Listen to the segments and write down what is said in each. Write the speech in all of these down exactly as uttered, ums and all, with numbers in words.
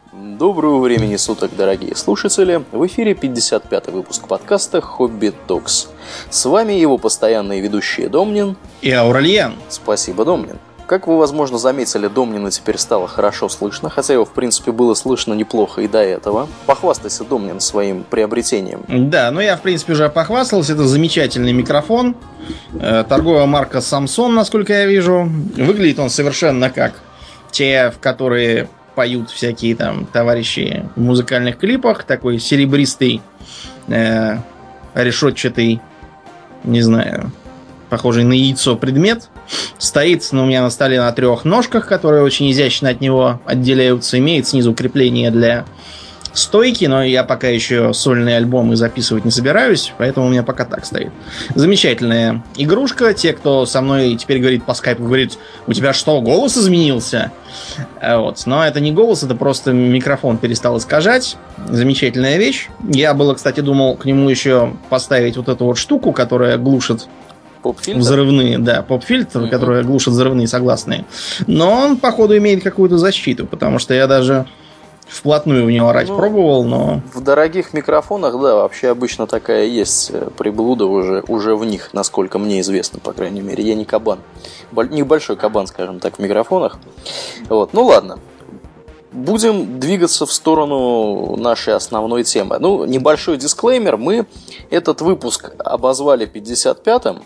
Доброго времени суток, дорогие слушатели! В эфире пятьдесят пятый выпуск подкаста «Хобби Токс». С вами его постоянные ведущие Домнин и Аурельян. Спасибо, Домнин. Как вы, возможно, заметили, Домнина теперь стало хорошо слышно, хотя его, в принципе, было слышно неплохо и до этого. Похвастайся, Домнин, своим приобретением. Да, ну я, в принципе, уже похвастался. Это замечательный микрофон. Торговая марка Samson, насколько я вижу. Выглядит он совершенно как те, в которые поют всякие там товарищи в музыкальных клипах. Такой серебристый, э, решетчатый, не знаю, похожий на яйцо предмет. Стоит ну, у меня на столе на трех ножках, которые очень изящно от него отделяются. Имеет снизу крепление для стойки, но я пока еще сольные альбомы записывать не собираюсь, поэтому у меня пока так стоит. Замечательная игрушка. Те, кто со мной теперь говорит по скайпу, говорит: у тебя что, голос изменился? Вот. Но это не голос, это просто микрофон перестал искажать. Замечательная вещь. Я было, кстати, думал к нему еще поставить вот эту вот штуку, которая глушит поп-фильтр? Взрывные, да, поп-фильтр, mm-hmm. который глушит взрывные согласные. Но он, походу, имеет какую-то защиту, потому что я даже вплотную в него орать ну, пробовал, но... В дорогих микрофонах, да, вообще обычно такая есть приблуда уже, уже в них, насколько мне известно, по крайней мере. Я не кабан. Небольшой кабан, скажем так, в микрофонах. Вот. Ну ладно. Будем двигаться в сторону нашей основной темы. Ну, небольшой дисклеймер. Мы этот выпуск обозвали пятьдесят пятым,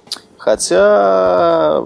хотя...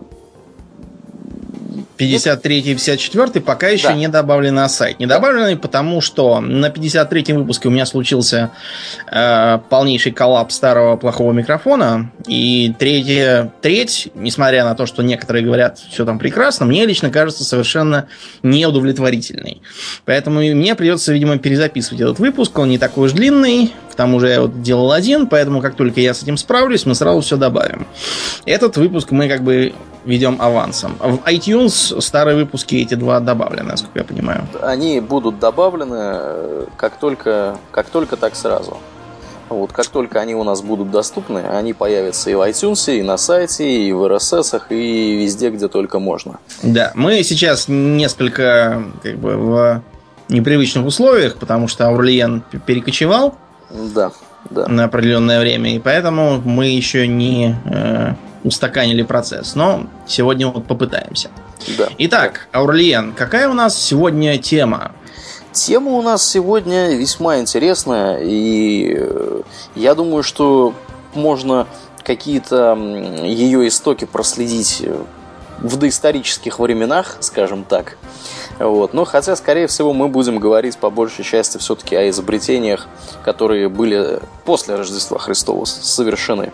пятьдесят третий и пятьдесят четвёртый пока еще да. не добавлены на сайт. Не добавлены, потому что на пятьдесят третьем выпуске у меня случился э, полнейший коллапс старого плохого микрофона. И третья треть, несмотря на то, что некоторые говорят, все там прекрасно, мне лично кажется совершенно неудовлетворительной. Поэтому мне придется, видимо, перезаписывать этот выпуск. Он не такой уж длинный. К тому же я вот делал один, поэтому как только я с этим справлюсь, мы сразу все добавим. Этот выпуск мы как бы ведем авансом. В iTunes старые выпуски эти два добавлены, насколько я понимаю. Они будут добавлены как только, как только так сразу. Вот, как только они у нас будут доступны, они появятся и в iTunes, и на сайте, и в эр эс эс, и везде, где только можно. Да, мы сейчас несколько как бы в непривычных условиях, потому что Аурельян перекочевал. Да, да. На определенное время, и поэтому мы еще не э, устаканили процесс. Но сегодня вот попытаемся. Да. Итак, Аурельян, какая у нас сегодня тема? Тема у нас сегодня весьма интересная, и я думаю, что можно какие-то ее истоки проследить в доисторических временах, скажем так. Вот. Но хотя, скорее всего, мы будем говорить по большей части все-таки о изобретениях, которые были после Рождества Христова совершены.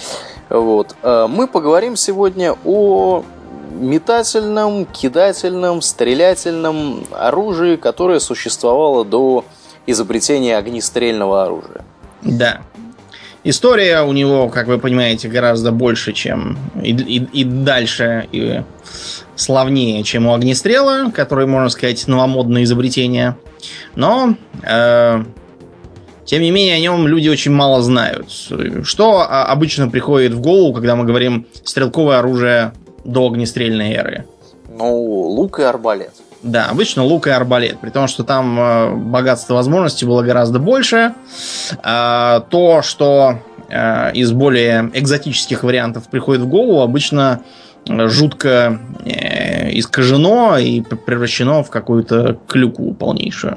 Вот. Мы поговорим сегодня о метательном, кидательном, стрелятельном оружии, которое существовало до изобретения огнестрельного оружия. Да. История у него, как вы понимаете, гораздо больше, чем и, и, и дальше, и славнее, чем у огнестрела, который, можно сказать, новомодное изобретение. Но, э, тем не менее, о нем люди очень мало знают. Что обычно приходит в голову, когда мы говорим стрелковое оружие до огнестрельной эры? Ну, лук и арбалет. Да, обычно лук и арбалет, при том, что там э, богатство возможностей было гораздо больше. Э, то, что э, из более экзотических вариантов приходит в голову, обычно жутко э, искажено и превращено в какую-то клюкву полнейшую.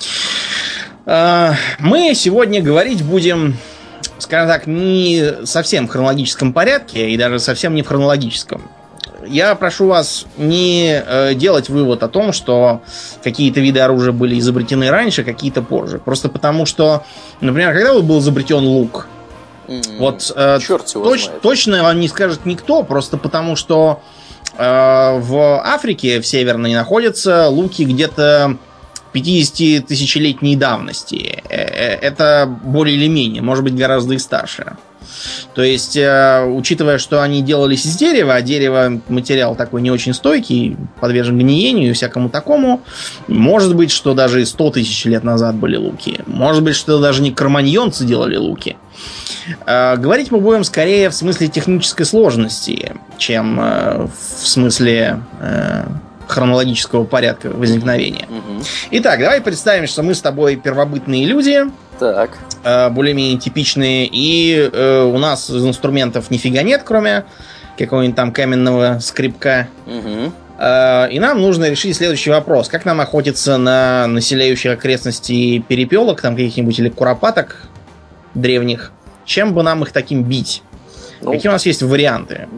Э, мы сегодня говорить будем, скажем так, не совсем в хронологическом порядке и даже совсем не в хронологическом. Я прошу вас не э, делать вывод о том, что какие-то виды оружия были изобретены раньше, какие-то позже. Просто потому что, например, когда вот был изобретен лук, mm, вот э, точ, точно вам не скажет никто, просто потому что э, в Африке, в Северной, находятся луки где-то пятидесятитысячелетней давности. Это более или менее, может быть, гораздо и старше. То есть, э, учитывая, что они делались из дерева, а дерево материал такой не очень стойкий, подвержен гниению и всякому такому, может быть, что даже и сто тысяч лет назад были луки. Может быть, что даже не кроманьонцы делали луки. Э, говорить мы будем скорее в смысле технической сложности, чем э, в смысле э, хронологического порядка возникновения. Угу. Итак, давай представим, что мы с тобой первобытные люди. Так. Э, более-менее типичные. И э, у нас из инструментов нифига нет, кроме какого-нибудь там каменного скребка. Угу. Э, и нам нужно решить следующий вопрос. Как нам охотиться на населяющих окрестности перепелок, там каких-нибудь или куропаток древних? Чем бы нам их таким бить? Ну, какие у нас есть варианты?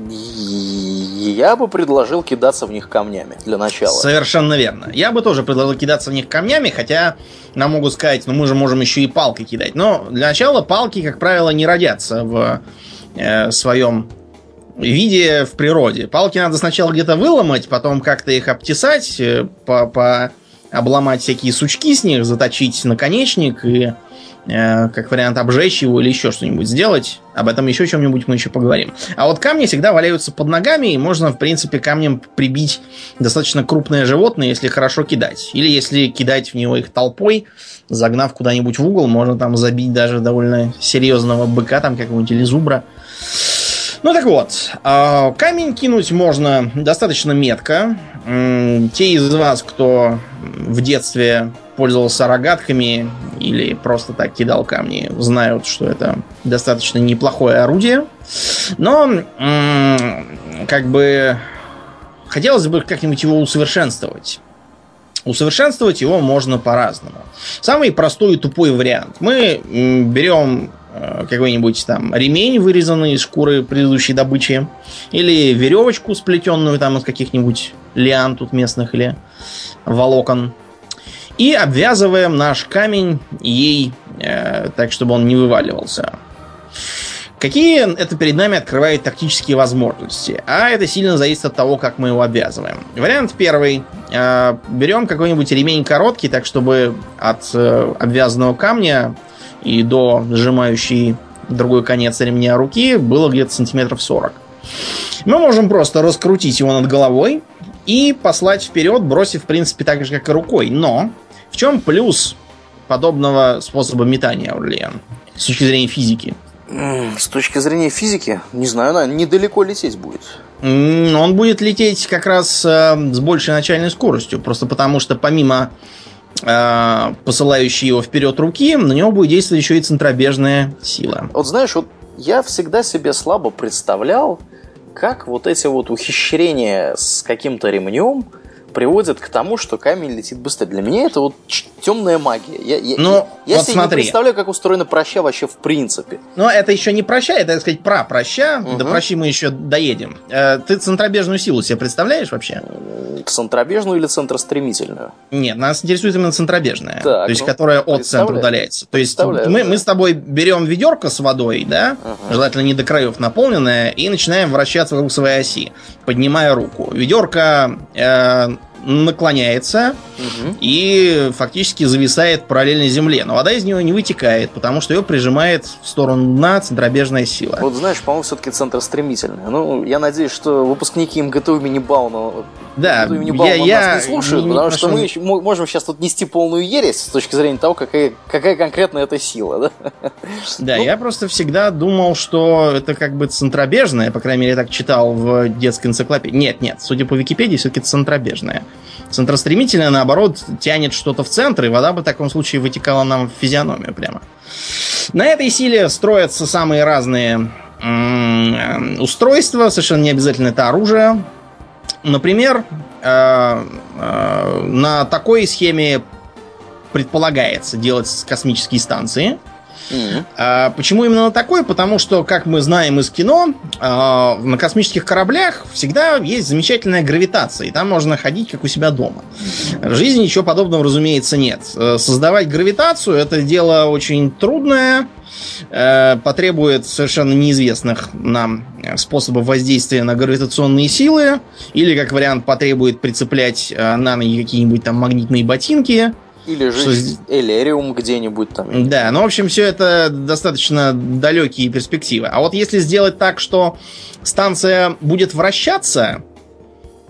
Я бы предложил кидаться в них камнями для начала. Совершенно верно. Я бы тоже предложил кидаться в них камнями, хотя нам могут сказать, ну мы же можем еще и палкой кидать. Но для начала палки, как правило, не родятся в э, своем виде в природе. Палки надо сначала где-то выломать, потом как-то их обтесать, э, по, по обломать всякие сучки с них, заточить наконечник и, э, как вариант, обжечь его или еще что-нибудь сделать. Об этом еще чем-нибудь мы еще поговорим. А вот камни всегда валяются под ногами, и можно, в принципе, камнем прибить достаточно крупное животное, если хорошо кидать. Или если кидать в него их толпой, загнав куда-нибудь в угол, можно там забить даже довольно серьезного быка, там какого-нибудь или зубра. Ну так вот, камень кинуть можно достаточно метко. Те из вас, кто в детстве пользовался рогатками или просто так кидал камни, знают, что это достаточно неплохое орудие. Но как бы хотелось бы как-нибудь его усовершенствовать. Усовершенствовать его можно по-разному. Самый простой и тупой вариант. Мы берем какой-нибудь там ремень, вырезанный из шкуры предыдущей добычи, или веревочку, сплетенную там из каких-нибудь лиан тут местных или волокон, и обвязываем наш камень ей э, так, чтобы он не вываливался. Какие это перед нами открывает тактические возможности? А это сильно зависит от того, как мы его обвязываем. Вариант первый. Э, берем какой-нибудь ремень короткий, так чтобы от э, обвязанного камня и до сжимающей другой конец ремня руки было где-то сантиметров сорок. Мы можем просто раскрутить его над головой и послать вперед, бросив, в принципе, так же, как и рукой. Но в чем плюс подобного способа метания, Аурлиен, с точки зрения физики? С точки зрения физики, не знаю, наверное, недалеко лететь будет. Он будет лететь как раз э, с большей начальной скоростью, просто потому что помимо э, посылающей его вперед руки, на него будет действовать еще и центробежная сила. Вот знаешь, вот я всегда себе слабо представлял, как вот эти вот ухищрения с каким-то ремнем приводят к тому, что камень летит быстрее. Для меня это вот темная магия. Я, я, ну, я вот себе смотри. не представляю, как устроена проща вообще в принципе. Но это еще не проща, это, так сказать, про проща. Угу. До прощи мы еще доедем. Э, ты центробежную силу себе представляешь вообще? Центробежную или центростремительную? Нет, нас интересует именно центробежная. Так, то есть, ну, которая от центра удаляется. То есть, мы, да. мы с тобой берем ведерко с водой, да, угу. желательно не до краев наполненное, и начинаем вращаться вокруг своей оси, поднимая руку. Ведерко э, наклоняется угу. и фактически зависает параллельно земле. Но вода из него не вытекает, потому что ее прижимает в сторону дна центробежная сила. Вот знаешь, по-моему, все-таки центростремительная. Ну, я надеюсь, что выпускники МГТУ имени Бауна, да, имени Бауна я, нас не слушают, не, потому не что мы еще можем сейчас тут нести полную ересь с точки зрения того, какая, какая конкретно эта сила. Да, да ну, я просто всегда думал, что это как бы центробежная, по крайней мере, я так читал в детской энциклопедии. Нет, нет, судя по Википедии, все-таки центробежная. Центростремительная, наоборот, тянет что-то в центр, и вода бы в таком случае вытекала нам в физиономию прямо. На этой силе строятся самые разные м- устройства, совершенно не обязательно это оружие. Например, э- э- на такой схеме предполагается делать космические станции. Mm-hmm. А, почему именно на такой? Потому что, как мы знаем из кино, а, на космических кораблях всегда есть замечательная гравитация, и там можно ходить как у себя дома. В жизни ничего подобного, разумеется, нет. Создавать гравитацию — это дело очень трудное, потребует совершенно неизвестных нам способов воздействия на гравитационные силы, или, как вариант, потребует прицеплять на ноги какие-нибудь там магнитные ботинки. Или же что... элериум где-нибудь там. Да, ну, в общем, все это достаточно далекие перспективы. А вот если сделать так, что станция будет вращаться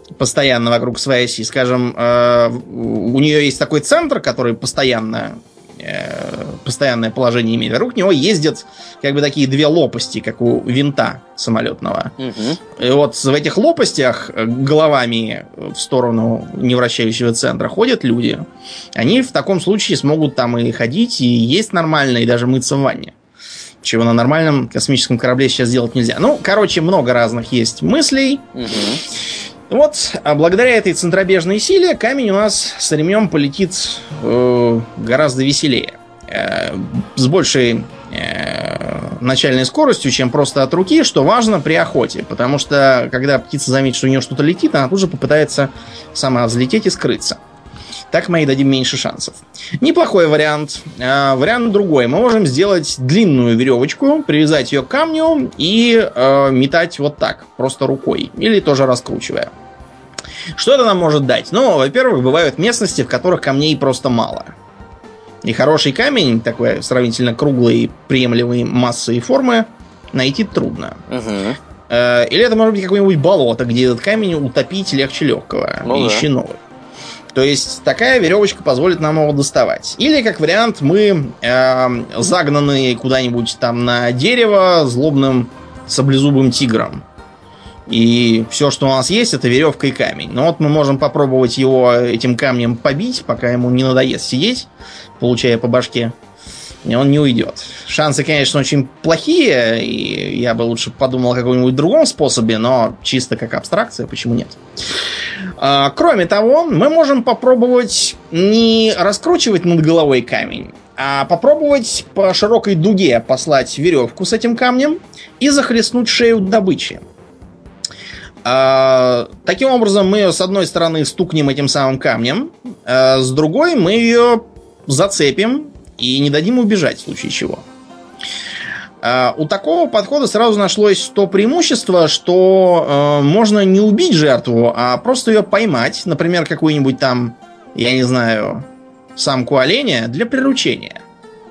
постоянно вокруг своей оси, скажем, э, у нее есть такой центр, который постоянно э, постоянное положение имеет. Вокруг него ездят как бы такие две лопасти, как у винта самолетного. Угу. И вот в этих лопастях головами в сторону невращающего центра ходят люди. Они в таком случае смогут там и ходить, и есть нормально, и даже мыться в ванне. Чего на нормальном космическом корабле сейчас делать нельзя. Ну, короче, много разных есть мыслей. Угу. Вот, а благодаря этой центробежной силе камень у нас с ремнем полетит э, гораздо веселее. Э, с большей э, начальной скоростью, чем просто от руки, что важно при охоте. Потому что, когда птица заметит, что у нее что-то летит, она тут же попытается сама взлететь и скрыться. Так мы ей дадим меньше шансов. Неплохой вариант. Э, вариант другой. Мы можем сделать длинную веревочку, привязать ее к камню и э, метать вот так, просто рукой. Или тоже раскручивая. Что это нам может дать? Ну, во-первых, бывают местности, в которых камней просто мало. И хороший камень, такой сравнительно круглой, приемлемой массы и формы, найти трудно. Угу. Э, или это может быть какое-нибудь болото, где этот камень утопить легче легкого. Ну, ищи да. новый. То есть такая веревочка позволит нам его доставать. Или, как вариант, мы э, загнаны куда-нибудь там на дерево злобным саблезубым тигром. И все, что у нас есть, это веревка и камень. Но вот мы можем попробовать его этим камнем побить, пока ему не надоест сидеть, получая по башке. И он не уйдет. Шансы, конечно, очень плохие. И я бы лучше подумал о каком-нибудь другом способе, но чисто как абстракция, почему нет? А, кроме того, мы можем попробовать не раскручивать над головой камень, а попробовать по широкой дуге послать веревку с этим камнем и захлестнуть шею добычи. А, таким образом, мы ее с одной стороны стукнем этим самым камнем, а с другой мы ее зацепим и не дадим убежать в случае чего. Uh, у такого подхода сразу нашлось то преимущество, что uh, можно не убить жертву, а просто ее поймать. Например, какую-нибудь там, я не знаю, самку оленя для приручения.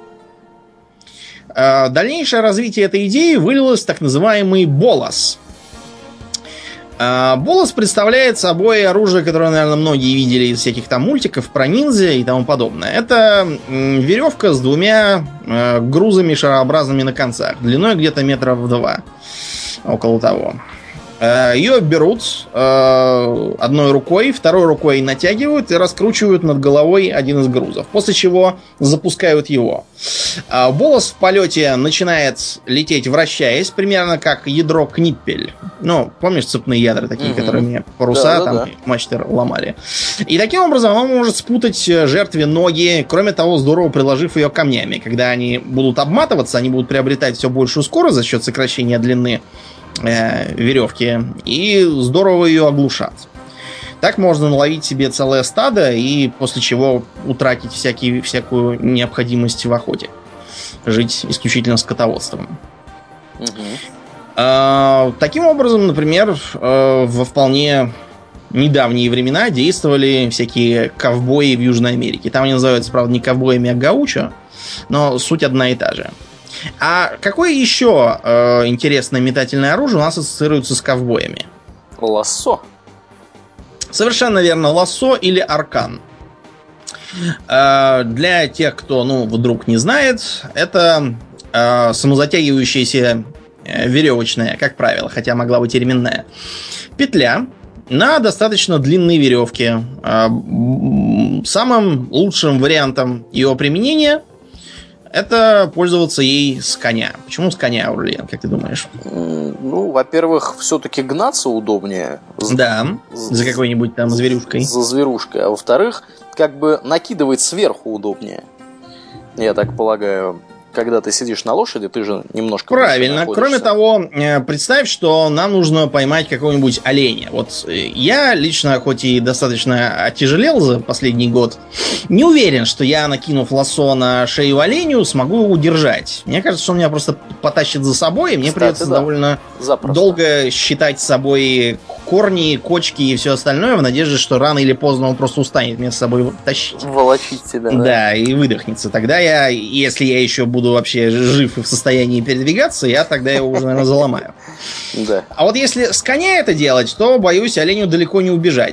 Uh, дальнейшее развитие этой идеи вылилось в так называемый болос. Uh, болос представляет собой оружие, которое, наверное, многие видели из всяких там мультиков про ниндзя и тому подобное. Это м, веревка с двумя э, грузами шарообразными на концах, длиной где-то метров два, около того. Э, ее берут э, одной рукой, второй рукой натягивают и раскручивают над головой один из грузов, после чего запускают его. Э, болос в полете начинает лететь, вращаясь, примерно как ядро книппель. Ну, помнишь цепные ядра такие, угу. которыми паруса, да, там, да, да. мачты ломали. И таким образом он может спутать жертве ноги, кроме того, здорово приложив ее камнями. Когда они будут обматываться, они будут приобретать все большую скорость за счет сокращения длины э, веревки, и здорово ее оглушат. Так можно наловить себе целое стадо, и после чего утратить всякие, всякую необходимость в охоте. Жить исключительно скотоводством. Угу. Таким образом, например, во вполне недавние времена действовали всякие ковбои в Южной Америке. Там они называются, правда, не ковбоями, а гаучо, но суть одна и та же. А какое еще э, интересное метательное оружие у нас ассоциируется с ковбоями? Лассо. Совершенно верно, лассо или аркан. Э, для тех, кто, ну, вдруг не знает, это э, самозатягивающаяся веревочная, как правило, хотя могла быть и ременная, петля на достаточно длинной веревке. Самым лучшим вариантом ее применения это пользоваться ей с коня. Почему с коня, Аурлиен, как ты думаешь? Ну, во-первых, все-таки гнаться удобнее. Да, за какой-нибудь там зверюшкой. За зверушкой. А во-вторых, как бы накидывать сверху удобнее. Я так полагаю. Когда ты сидишь на лошади, ты же немножко... Правильно. Кроме того, представь, что нам нужно поймать какого-нибудь оленя. Вот я лично, хоть и достаточно оттяжелел за последний год, не уверен, что я, накинув лассо на шею оленю, смогу его удержать. Мне кажется, что он меня просто потащит за собой, и мне Кстати, придется да. довольно Запросто. долго считать с собой корни, кочки и все остальное, в надежде, что рано или поздно он просто устанет меня с собой тащить. Волочить тебя, да. Да, и выдохнется. Тогда я, если я еще буду вообще жив и в состоянии передвигаться, я тогда его уже, наверное, заломаю. Да. А вот если с коня это делать, то, боюсь, оленю далеко не убежать.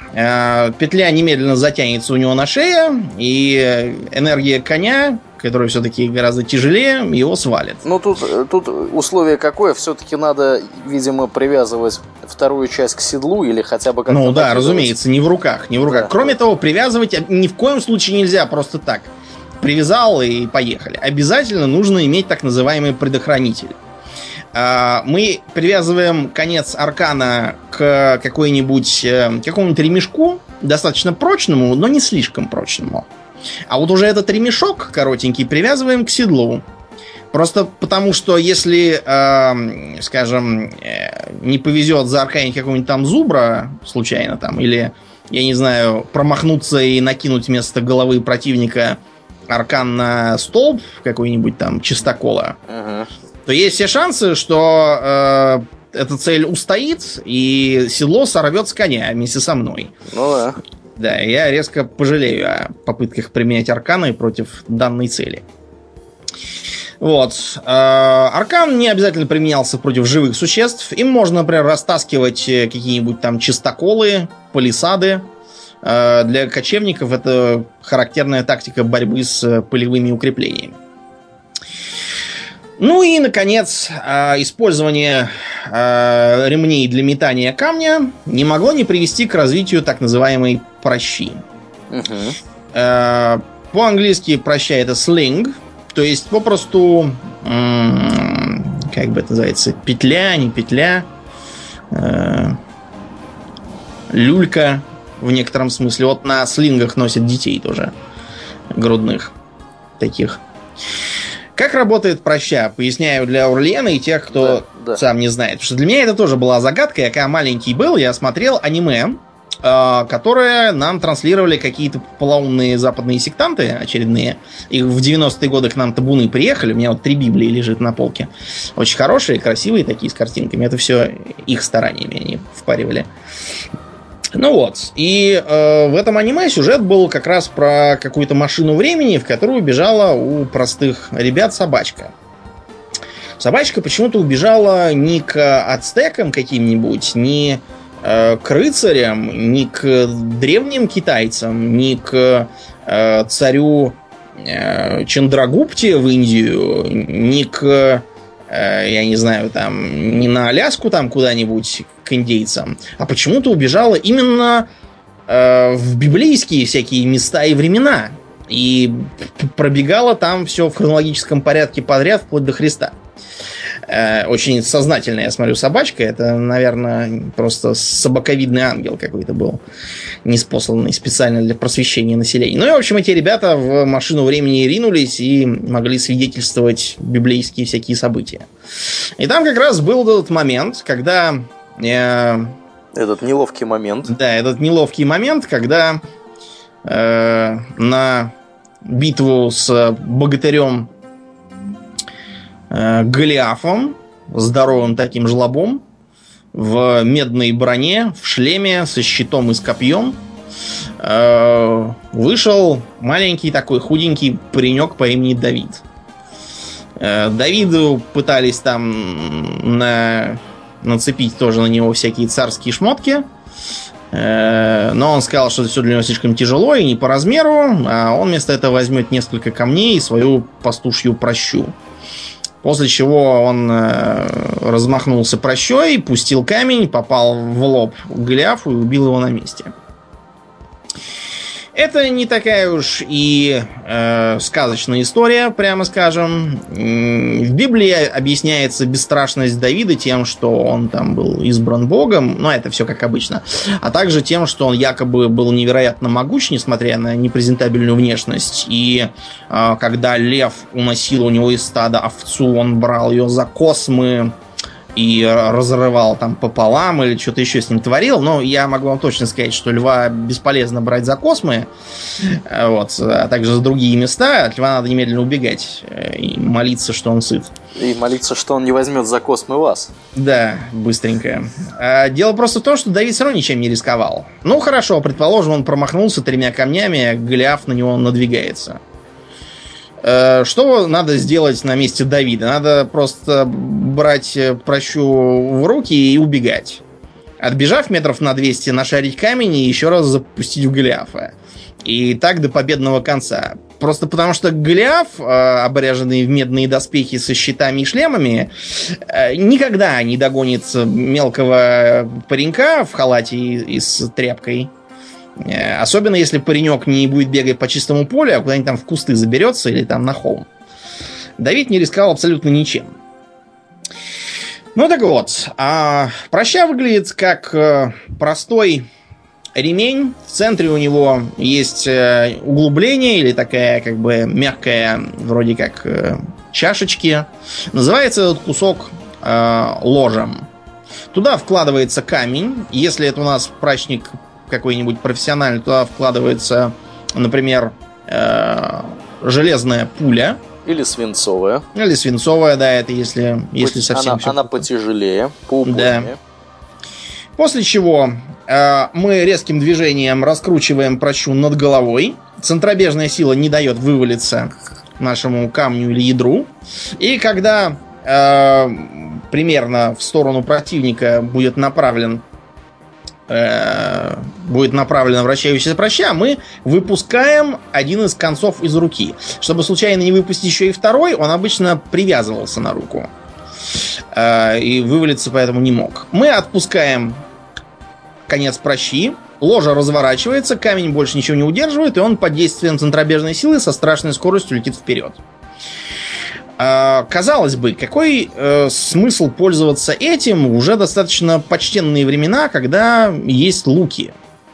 э, петля немедленно затянется у него на шее, и энергия коня, которая все-таки гораздо тяжелее, его свалит. Ну, тут, тут условие какое? Все-таки надо, видимо, привязывать вторую часть к седлу или хотя бы как-то... Ну да, накидывать. разумеется, не в руках, не в руках. Да. Кроме того, привязывать ни в коем случае нельзя просто так. Привязал и поехали. Обязательно нужно иметь так называемый предохранитель. Мы привязываем конец аркана к какой-нибудь, какому-нибудь ремешку, достаточно прочному, но не слишком прочному. А вот уже этот ремешок коротенький привязываем к седлу. Просто потому, что если, э, скажем, э, не повезет заарканить какого-нибудь там зубра случайно там, или, я не знаю, промахнуться и накинуть вместо головы противника аркан на столб какой-нибудь там чистокола, uh-huh. то есть все шансы, что э, эта цель устоит, и седло сорвет с коня вместе со мной. Ну да. Да, я резко пожалею о попытках применять арканы против данной цели. Вот. Аркан не обязательно применялся против живых существ. Им можно, например, растаскивать какие-нибудь там чистоколы, палисады. Для кочевников это характерная тактика борьбы с полевыми укреплениями. Ну и, наконец, использование ремней для метания камня не могло не привести к развитию так называемой пращи. Uh-huh. По-английски праща это sling, то есть попросту, как бы это называется, петля, не петля, люлька в некотором смысле. Вот на слингах носят детей тоже, грудных таких. Как работает праща? Поясняю для Аурлиена и тех, кто да, да. сам не знает. Потому что для меня это тоже была загадка. Я когда маленький был, я смотрел аниме, э, которое нам транслировали какие-то полоумные западные сектанты очередные. И в девяностые годы к нам табуны приехали. У меня вот три Библии лежит на полке. Очень хорошие, красивые такие, с картинками. Это все их стараниями они впаривали. Ну вот, и э, в этом аниме сюжет был как раз про какую-то машину времени, в которую убежала у простых ребят собачка. Собачка почему-то убежала не к ацтекам каким-нибудь, не э, к рыцарям, не к древним китайцам, не к э, царю э, Чандрагупте в Индию, не к... я не знаю, там, не на Аляску там куда-нибудь к индейцам, а почему-то убежала именно э, в библейские всякие места и времена. И пробегала там все в хронологическом порядке подряд, вплоть до Христа. Э, очень сознательная, я смотрю, собачка. Это, наверное, просто собаковидный ангел какой-то был, неспосланный специально для просвещения населения. Ну и, в общем, эти ребята в машину времени ринулись и могли свидетельствовать библейские всякие события. И там как раз был этот момент, когда... Э, этот неловкий момент. Да, этот неловкий момент, когда э, на битву с богатырем э, Голиафом, здоровым таким жлобом, в медной броне, в шлеме, со щитом и с копьем, э, вышел маленький такой худенький паренек по имени Давид. Э, Давиду пытались там на, нацепить тоже на него всякие царские шмотки, э, но он сказал, что это все для него слишком тяжело и не по размеру, а он вместо этого возьмет несколько камней и свою пастушью пращу. После чего он э, размахнулся пращой, пустил камень, попал в лоб Голиафу и убил его на месте. Это не такая уж и э, сказочная история, прямо скажем. В Библии объясняется бесстрашность Давида тем, что он там был избран Богом, но это все как обычно, а также тем, что он якобы был невероятно могуч, несмотря на непрезентабельную внешность. И э, когда лев уносил у него из стада овцу, он брал ее за космы и разрывал там пополам или что-то еще с ним творил. Но я могу вам точно сказать, что льва бесполезно брать за космы, вот, а также за другие места. От льва надо немедленно убегать и молиться, что он сыт. И молиться, что он не возьмет за космы вас. Да, быстренько. А дело просто в том, что Давид все равно ничем не рисковал. Ну хорошо, предположим, он промахнулся тремя камнями, Голиаф на него надвигается. Что надо сделать на месте Давида? Надо просто брать пращу в руки и убегать. отбежав метров на двести, нашарить камень и еще раз запустить в Голиафа. И так до победного конца. Просто потому что Голиаф, обряженный в медные доспехи со щитами и шлемами, никогда не догонит мелкого паренька в халате и с тряпкой. Особенно если паренек не будет бегать по чистому полю, а куда-нибудь там в кусты заберется или там на холм. Давид не рисковал абсолютно ничем. Ну так вот, а праща выглядит как простой ремень. В центре у него есть углубление или такая как бы мягкая, вроде как чашечки. Называется этот кусок э, ложем. Туда вкладывается камень. Если это у нас прачник какой-нибудь профессиональный, туда вкладывается, например, э, железная пуля. Или свинцовая. Или свинцовая, да, это если, если совсем... Она, она потяжелее, поупорнее. Да. После чего э, мы резким движением раскручиваем пращу над головой. Центробежная сила не дает вывалиться нашему камню или ядру. И когда э, примерно в сторону противника будет направлен будет направлена вращающаяся праща, мы выпускаем один из концов из руки. Чтобы случайно не выпустить еще и второй, он обычно привязывался на руку. И вывалиться поэтому не мог. Мы отпускаем конец пращи, ложа разворачивается, камень больше ничего не удерживает, и он под действием центробежной силы со страшной скоростью летит вперед. Казалось бы, какой э, смысл пользоваться этим в уже достаточно почтенные времена, когда есть луки?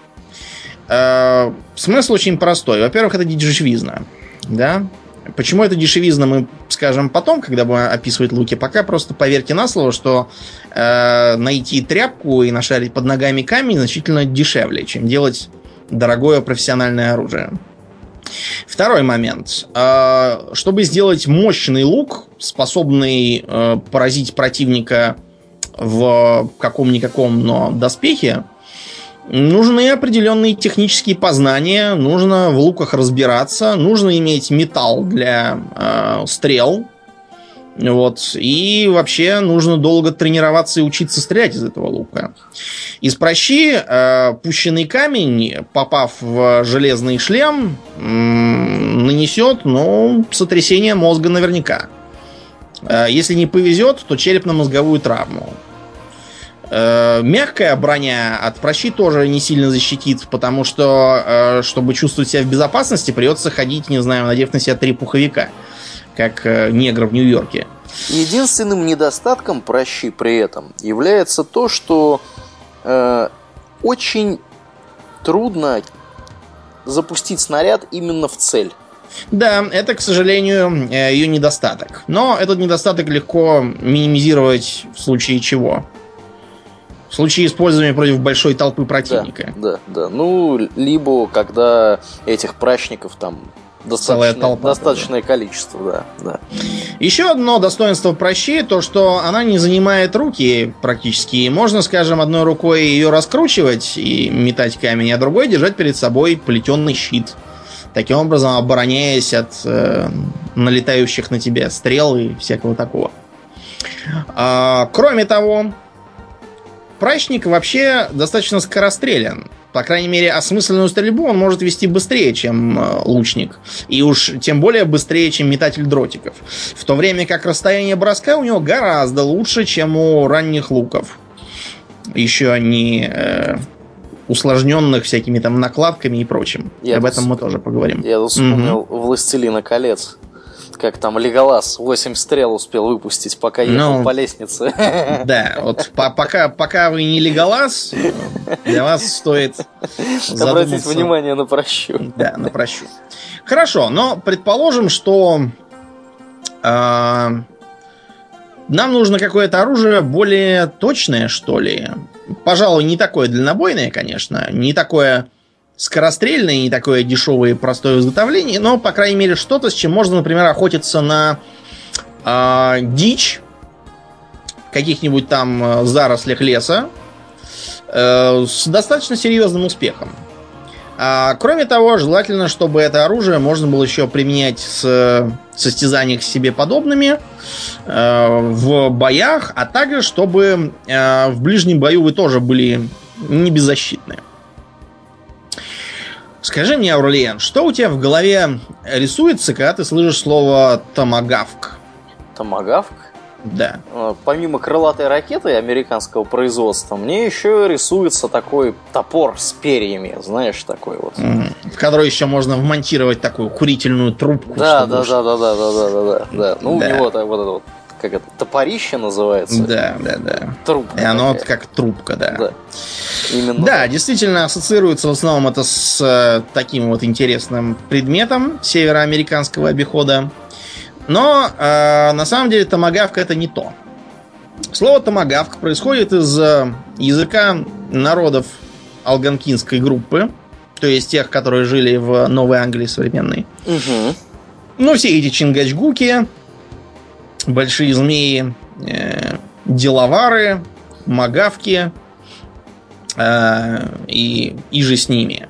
Э, смысл очень простой. Во-первых, это дешевизна. Да? Почему это дешевизна, мы скажем потом, когда будем описывать луки. Пока просто поверьте на слово, что э, найти тряпку и нашарить под ногами камень значительно дешевле, чем делать дорогое профессиональное оружие. Второй момент. Чтобы сделать мощный лук, способный поразить противника в каком-никаком, но доспехе, нужны определенные технические познания, нужно в луках разбираться, нужно иметь металл для э, стрел. Вот. И вообще нужно долго тренироваться и учиться стрелять из этого лука. Из пращи э, пущенный камень, попав в железный шлем, э, нанесет, ну, сотрясение мозга наверняка. Э, если не повезет, то черепно-мозговую травму. Э, мягкая броня от пращи тоже не сильно защитит, потому что, э, чтобы чувствовать себя в безопасности, придется ходить, не знаю, надев на себя три пуховика, как э, негр в Нью-Йорке. Единственным недостатком пращи при этом является то, что э, очень трудно запустить снаряд именно в цель. Да, это, к сожалению, ее недостаток. Но этот недостаток легко минимизировать в случае чего? В случае использования против большой толпы противника. Да, да, да. Ну, либо когда этих прачников там достаточное, толпа, достаточное да. количество, да, да. Еще одно достоинство пращи, то что она не занимает руки практически. Можно, скажем, одной рукой ее раскручивать и метать камень, а другой держать перед собой плетеный щит. Таким образом, обороняясь от э, налетающих на тебя стрел и всякого такого. А, кроме того, прачник вообще достаточно скорострелен. По крайней мере, осмысленную стрельбу он может вести быстрее, чем лучник. И уж тем более быстрее, чем метатель дротиков. В то время как расстояние броска у него гораздо лучше, чем у ранних луков. Еще не э, усложненных всякими там накладками и прочим. Я Об этом мы тоже поговорим. Я тут вспомнил угу. «Властелина колец». Как там Леголас восемь стрел успел выпустить, пока ехал ну, по лестнице. Да, вот по пока, пока вы не Леголас, для вас стоит обратить внимание на пращу. Да, на пращу. Хорошо, но предположим, что э, нам нужно какое-то оружие более точное, что ли. Пожалуй, не такое дальнобойное, конечно, не такое скорострельное, не такое дешевое и простое в изготовлении, но, по крайней мере, что-то, с чем можно, например, охотиться на э, дичь в каких-нибудь там зарослях леса э, с достаточно серьезным успехом. А, кроме того, желательно, чтобы это оружие можно было еще применять в состязаниях с себе подобными, э, в боях, а также, чтобы э, в ближнем бою вы тоже были не беззащитны. Скажи мне, Аурлиен, что у тебя в голове рисуется, когда ты слышишь слово «томагавк»? Томагавк? Да. Помимо крылатой ракеты американского производства, мне еще рисуется такой топор с перьями, знаешь, такой вот. Mm-hmm. В который еще можно вмонтировать такую курительную трубку. Да, да, да, да, да, да, да, да, да. Ну, да. у него так, вот это вот, как это, топорище называется. Да, да, да. Трубка. И оно такая. Как трубка, да. Да, именно да так. Действительно, ассоциируется в основном это с э, таким вот интересным предметом североамериканского обихода. Но э, на самом деле томагавк это не то. Слово томагавк происходит из э, языка народов алганкинской группы, то есть тех, которые жили в Новой Англии современной. Угу. Ну, все эти чингачгуки, большие змеи, э, деловары, магавки э, и, и же с ними.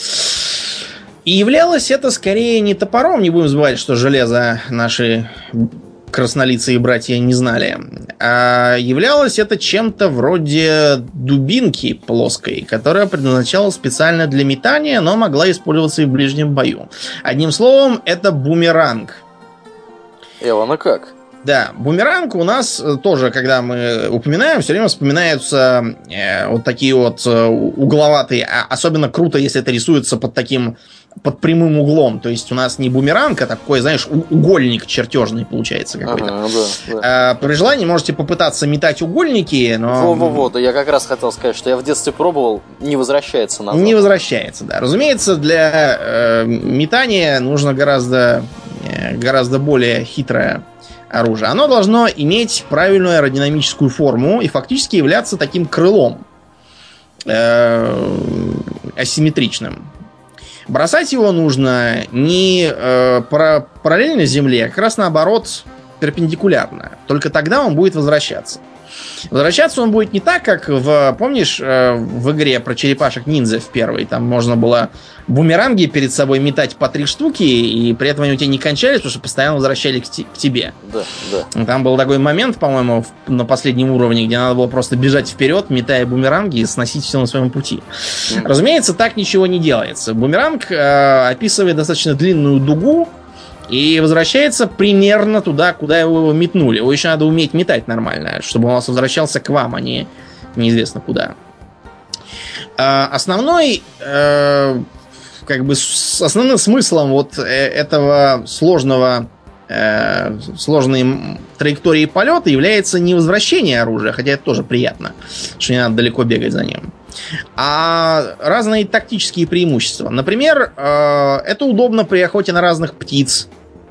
И являлось это скорее не топором, не будем забывать, что железо наши краснолицые братья не знали, а являлось это чем-то вроде дубинки плоской, которая предназначалась специально для метания, но могла использоваться и в ближнем бою. Одним словом, это бумеранг. Эвана как? Да, бумеранг у нас тоже, когда мы упоминаем, все время вспоминаются э, вот такие вот э, угловатые. А особенно круто, если это рисуется под таким, под прямым углом. То есть у нас не бумеранг, а такой, знаешь, угольник чертежный получается какой-то. Ага, да, да. А, при желании можете попытаться метать угольники, но... Во-во-во, да я как раз хотел сказать, что я в детстве пробовал, не возвращается назад. Не возвращается, да. Разумеется, для э, метания нужно гораздо, э, гораздо более хитрое оружие. Оно должно иметь правильную аэродинамическую форму и фактически являться таким крылом э, асимметричным. Бросать его нужно не э, пара- параллельно земле, а как раз наоборот перпендикулярно. Только тогда он будет возвращаться. Возвращаться он будет не так, как в, помнишь, э, в игре про черепашек-ниндзя в первой. Там можно было бумеранги перед собой метать по три штуки, и при этом они у тебя не кончались, потому что постоянно возвращались к, те- к тебе. Да, да. Там был такой момент, по-моему, в- на последнем уровне, где надо было просто бежать вперед, метая бумеранги и сносить все на своем пути. Mm. Разумеется, так ничего не делается. Бумеранг э, описывает достаточно длинную дугу и возвращается примерно туда, куда его метнули. Его еще надо уметь метать нормально, чтобы он у вас возвращался к вам, а не неизвестно куда. Э, основной... Э, как бы с основным смыслом вот этого сложного э, сложной траектории полета является не возвращение оружия, хотя это тоже приятно, что не надо далеко бегать за ним, а разные тактические преимущества. Например, э, это удобно при охоте на разных птиц,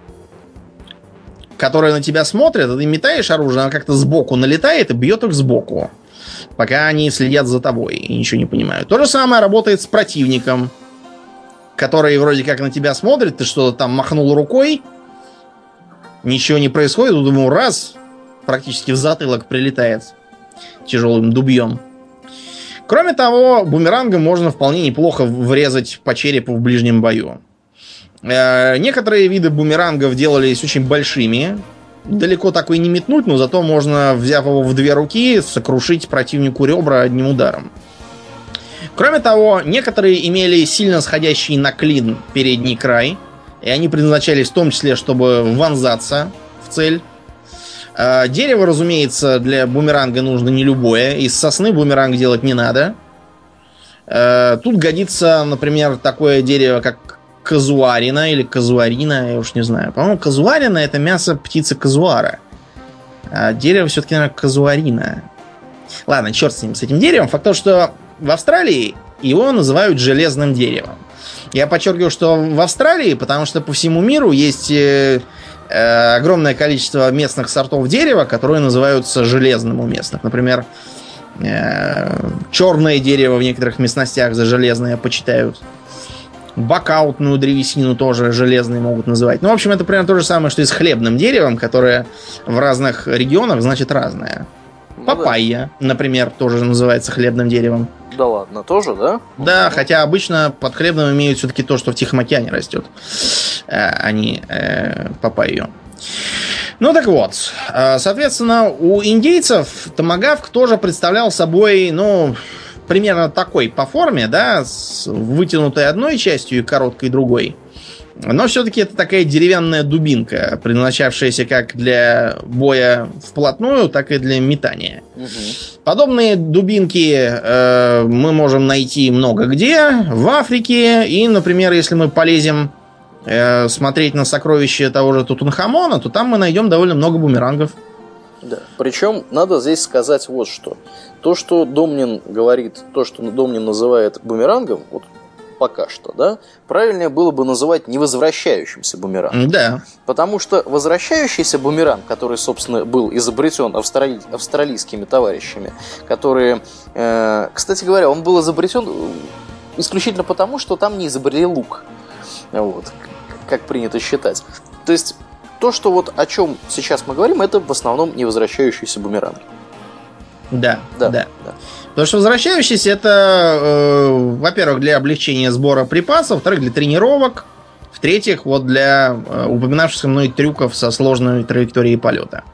которые на тебя смотрят, а ты метаешь оружие, оно как-то сбоку налетает и бьет их сбоку, пока они следят за тобой и ничего не понимают. То же самое работает с противником, который вроде как на тебя смотрит, ты что-то там махнул рукой, ничего не происходит, тут ему раз, практически в затылок прилетает тяжелым дубьем. Кроме того, бумерангом можно вполне неплохо врезать по черепу в ближнем бою. Э, некоторые виды бумерангов делались очень большими, далеко такой не метнуть, но зато можно, взяв его в две руки, сокрушить противнику ребра одним ударом. Кроме того, некоторые имели сильно сходящий на клин передний край, и они предназначались в том числе, чтобы вонзаться в цель. Дерево, разумеется, для бумеранга нужно не любое. Из сосны бумеранг делать не надо. Тут годится, например, такое дерево, как казуарина или казуарина, я уж не знаю. По-моему, казуарина — это мясо птицы казуара. А дерево все-таки, наверное, казуарина. Ладно, черт с ним, с этим деревом. Факт то, что в Австралии его называют железным деревом. Я подчеркиваю, что в Австралии, потому что по всему миру есть э, э, огромное количество местных сортов дерева, которые называются железным у местных. Например, э, черное дерево в некоторых местностях за железное почитают. Бакаутную древесину тоже железной могут называть. Ну, в общем, это примерно то же самое, что и с хлебным деревом, которое в разных регионах значит разное. Папайя, например, тоже называется хлебным деревом. Да ладно, тоже, да? Да, хотя обычно под хлебным имеют все-таки то, что в Тихом океане растет, а не э, папайю. Ну так вот, соответственно, у индейцев томагавк тоже представлял собой, ну, примерно такой по форме, да, с вытянутой одной частью и короткой другой. Но все-таки это такая деревянная дубинка, предназначавшаяся как для боя вплотную, так и для метания. Угу. Подобные дубинки э, мы можем найти много где, в Африке. И, например, если мы полезем э, смотреть на сокровища того же Тутанхамона, то там мы найдем довольно много бумерангов. Да. Причем надо здесь сказать вот что. То, что Домнин говорит, то, что Домнин называет бумерангом, вот пока что, да, правильнее было бы называть невозвращающимся бумерангом. Да. Потому что возвращающийся бумеранг, который, собственно, был изобретен австрали... австралийскими товарищами, которые, э, кстати говоря, он был изобретен исключительно потому, что там не изобрели лук. Вот, как принято считать. То есть, то, что вот о чем сейчас мы говорим, это в основном невозвращающийся бумеранг. Да, да, да. да. Потому что возвращающийся это, э, во-первых, для облегчения сбора припасов, во-вторых, для тренировок, в-третьих, вот для э, упоминавшихся мной трюков со сложной траекторией полета.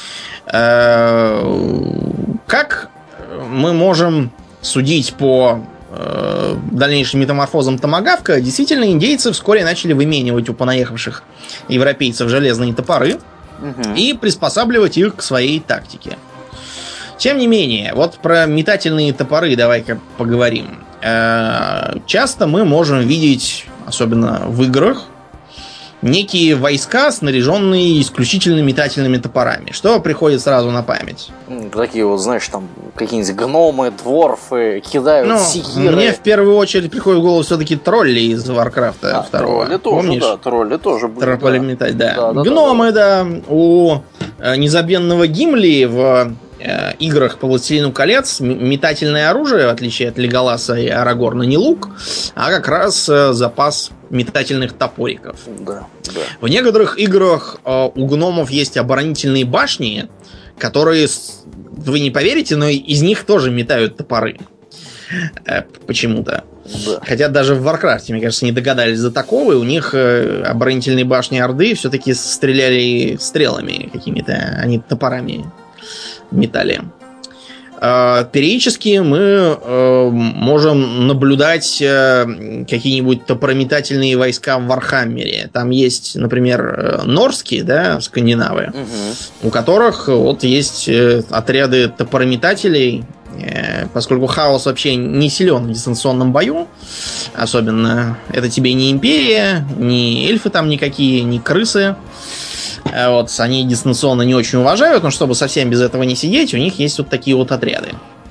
Э, как мы можем судить по э, дальнейшим метаморфозам томагавка? Действительно, индейцы вскоре начали выменивать у понаехавших европейцев железные топоры угу. и приспосабливать их к своей тактике. Тем не менее, вот про метательные топоры давай-ка поговорим. Часто мы можем видеть, особенно в играх, некие войска, снаряженные исключительно метательными топорами. Что приходит сразу на память? Такие вот, знаешь, там какие-нибудь гномы, дворфы кидают ну, секиры. Мне в первую очередь приходит в голову все-таки тролли из Варкрафта а, второго. Тролли тоже, помнишь? да, тролли тоже были. Тропали метать, да. Да, да. Гномы, да, да. У незабвенного Гимли в играх по Властелину колец метательное оружие, в отличие от Леголаса и Арагорна, не лук, а как раз запас метательных топориков. Да, да. В некоторых играх у гномов есть оборонительные башни, которые, вы не поверите, но из них тоже метают топоры. Почему-то. Да. Хотя даже в Варкрафте, мне кажется, не догадались до такого, и у них оборонительные башни Орды все-таки стреляли стрелами какими-то, а не топорами металли. Периодически мы можем наблюдать какие-нибудь топорометательные войска в Вархаммере. Там есть, например, норские, да, скандинавы, угу. у которых вот есть отряды топорометателей, поскольку хаос вообще не силен в дистанционном бою, особенно это тебе не империя, не эльфы там никакие, не крысы. Вот, они дистанционно не очень уважают, но чтобы совсем без этого не сидеть, у них есть вот такие вот отряды.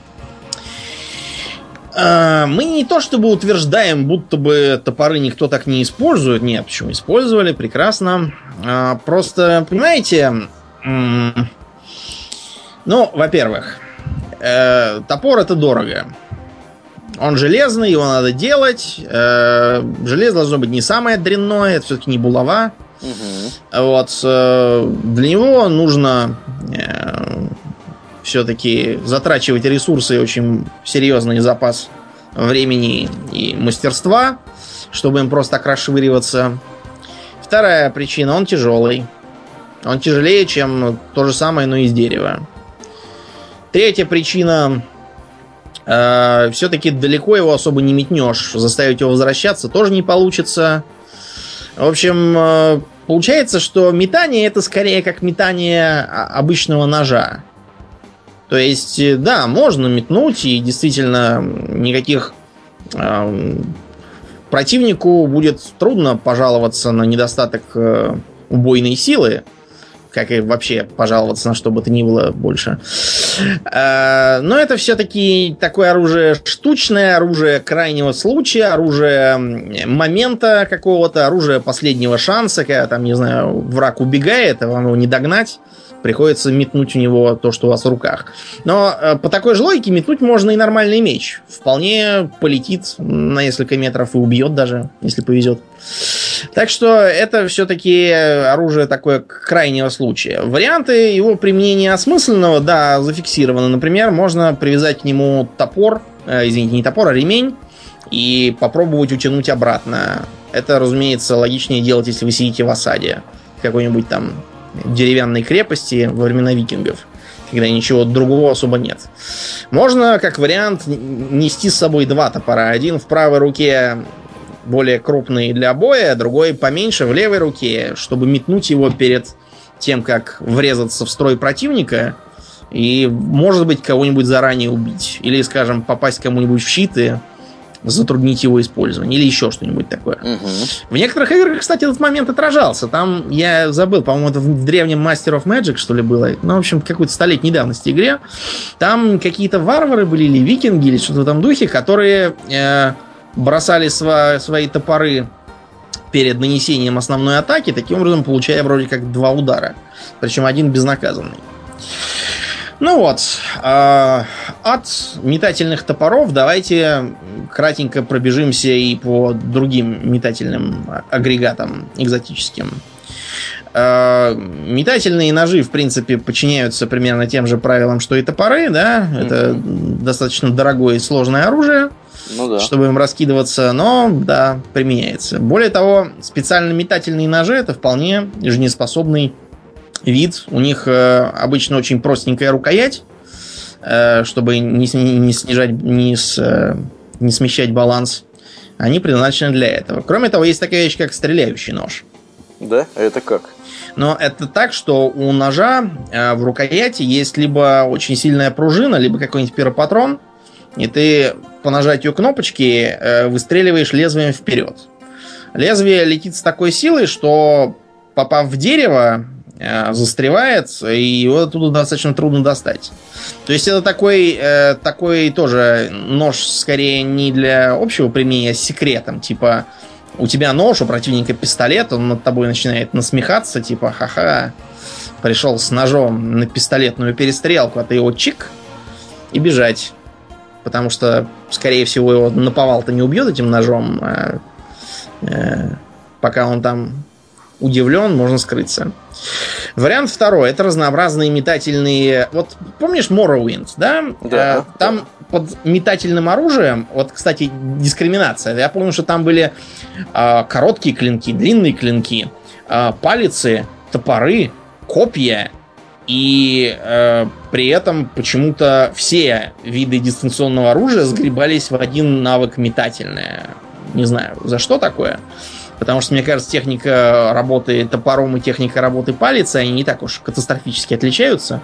Мы не то чтобы утверждаем, будто бы топоры никто так не использует. Нет, почему использовали, прекрасно. Просто, понимаете, ну, во-первых, топор это дорого. Он железный, его надо делать. Железо должно быть не самое дрянное, это все-таки не булава. Угу. Вот, для него нужно э, все-таки затрачивать ресурсы и очень серьезный запас времени и мастерства, чтобы им просто так расшвыриваться. Вторая причина, он тяжелый. Он тяжелее, чем то же самое, но из дерева. Третья причина, э, все-таки далеко его особо не метнешь. Заставить его возвращаться тоже не получится. В общем, получается, что метание это скорее как метание обычного ножа. То есть, да, можно метнуть, и действительно никаких э, противнику будет трудно пожаловаться на недостаток э, убойной силы, как и вообще пожаловаться на что бы то ни было больше. Но это все-таки такое оружие штучное, оружие крайнего случая, оружие момента какого-то, оружие последнего шанса, когда там, не знаю, враг убегает, а вам его не догнать, приходится метнуть у него то, что у вас в руках. Но по такой же логике метнуть можно и нормальный меч. Вполне полетит на несколько метров и убьет даже, если повезет. Так что это все-таки оружие такое крайнего случая. Варианты его применения осмысленного, да, зафиксированы. Например, можно привязать к нему топор, э, извините, не топор, а ремень, и попробовать утянуть обратно. Это, разумеется, логичнее делать, если вы сидите в осаде какой-нибудь там деревянной крепости во времена викингов, когда ничего другого особо нет. Можно, как вариант, нести с собой два топора. Один в правой руке более крупный для боя, другой поменьше в левой руке, чтобы метнуть его перед тем, как врезаться в строй противника и, может быть, кого-нибудь заранее убить. Или, скажем, попасть кому-нибудь в щит и затруднить его использование. Или еще что-нибудь такое. Угу. В некоторых играх, кстати, этот момент отражался. Там, я забыл, по-моему, это в древнем Master of Magic, что ли, было. Ну, в общем, какой-то столетней давности игре. Там какие-то варвары были, или викинги, или что-то в этом духе, которые э, бросали сва- свои топоры перед нанесением основной атаки, таким образом получая вроде как два удара. Причем один безнаказанный. Ну вот, э, от метательных топоров давайте кратенько пробежимся и по другим метательным агрегатам экзотическим. Э, метательные ножи, в принципе, подчиняются примерно тем же правилам, что и топоры, да? Mm-hmm. Это достаточно дорогое и сложное оружие, ну, да. чтобы им раскидываться, но, да, применяется. Более того, специально метательные ножи — это вполне жизнеспособный вид. У них э, обычно очень простенькая рукоять, э, чтобы не, не снижать, не, с, э, не смещать баланс. Они предназначены для этого. Кроме того, есть такая вещь, как стреляющий нож. Да? А это как? Но это так, что у ножа э, в рукояти есть либо очень сильная пружина, либо какой-нибудь пиропатрон, и ты по нажатию кнопочки э, выстреливаешь лезвием вперед. Лезвие летит с такой силой, что, попав в дерево, застревает, и его оттуда достаточно трудно достать. То есть это такой, э, такой тоже нож, скорее не для общего применения, а с секретом. Типа, у тебя нож, у противника пистолет, он над тобой начинает насмехаться, типа, ха-ха, пришел с ножом на пистолетную перестрелку, а ты его чик и бежать. Потому что, скорее всего, его наповал-то не убьет этим ножом, а э, пока он там удивлен, можно скрыться. Вариант второй. Это разнообразные метательные... Вот помнишь Morrowind, да? Да. Э, там да. под метательным оружием... Вот, кстати, дискриминация. Я помню, что там были э, короткие клинки, длинные клинки, э, палицы, топоры, копья. И э, при этом почему-то все виды дистанционного оружия сгребались в один навык метательное. Не знаю, за что такое. Потому что, мне кажется, техника работы топором и техника работы палицей, они не так уж катастрофически отличаются.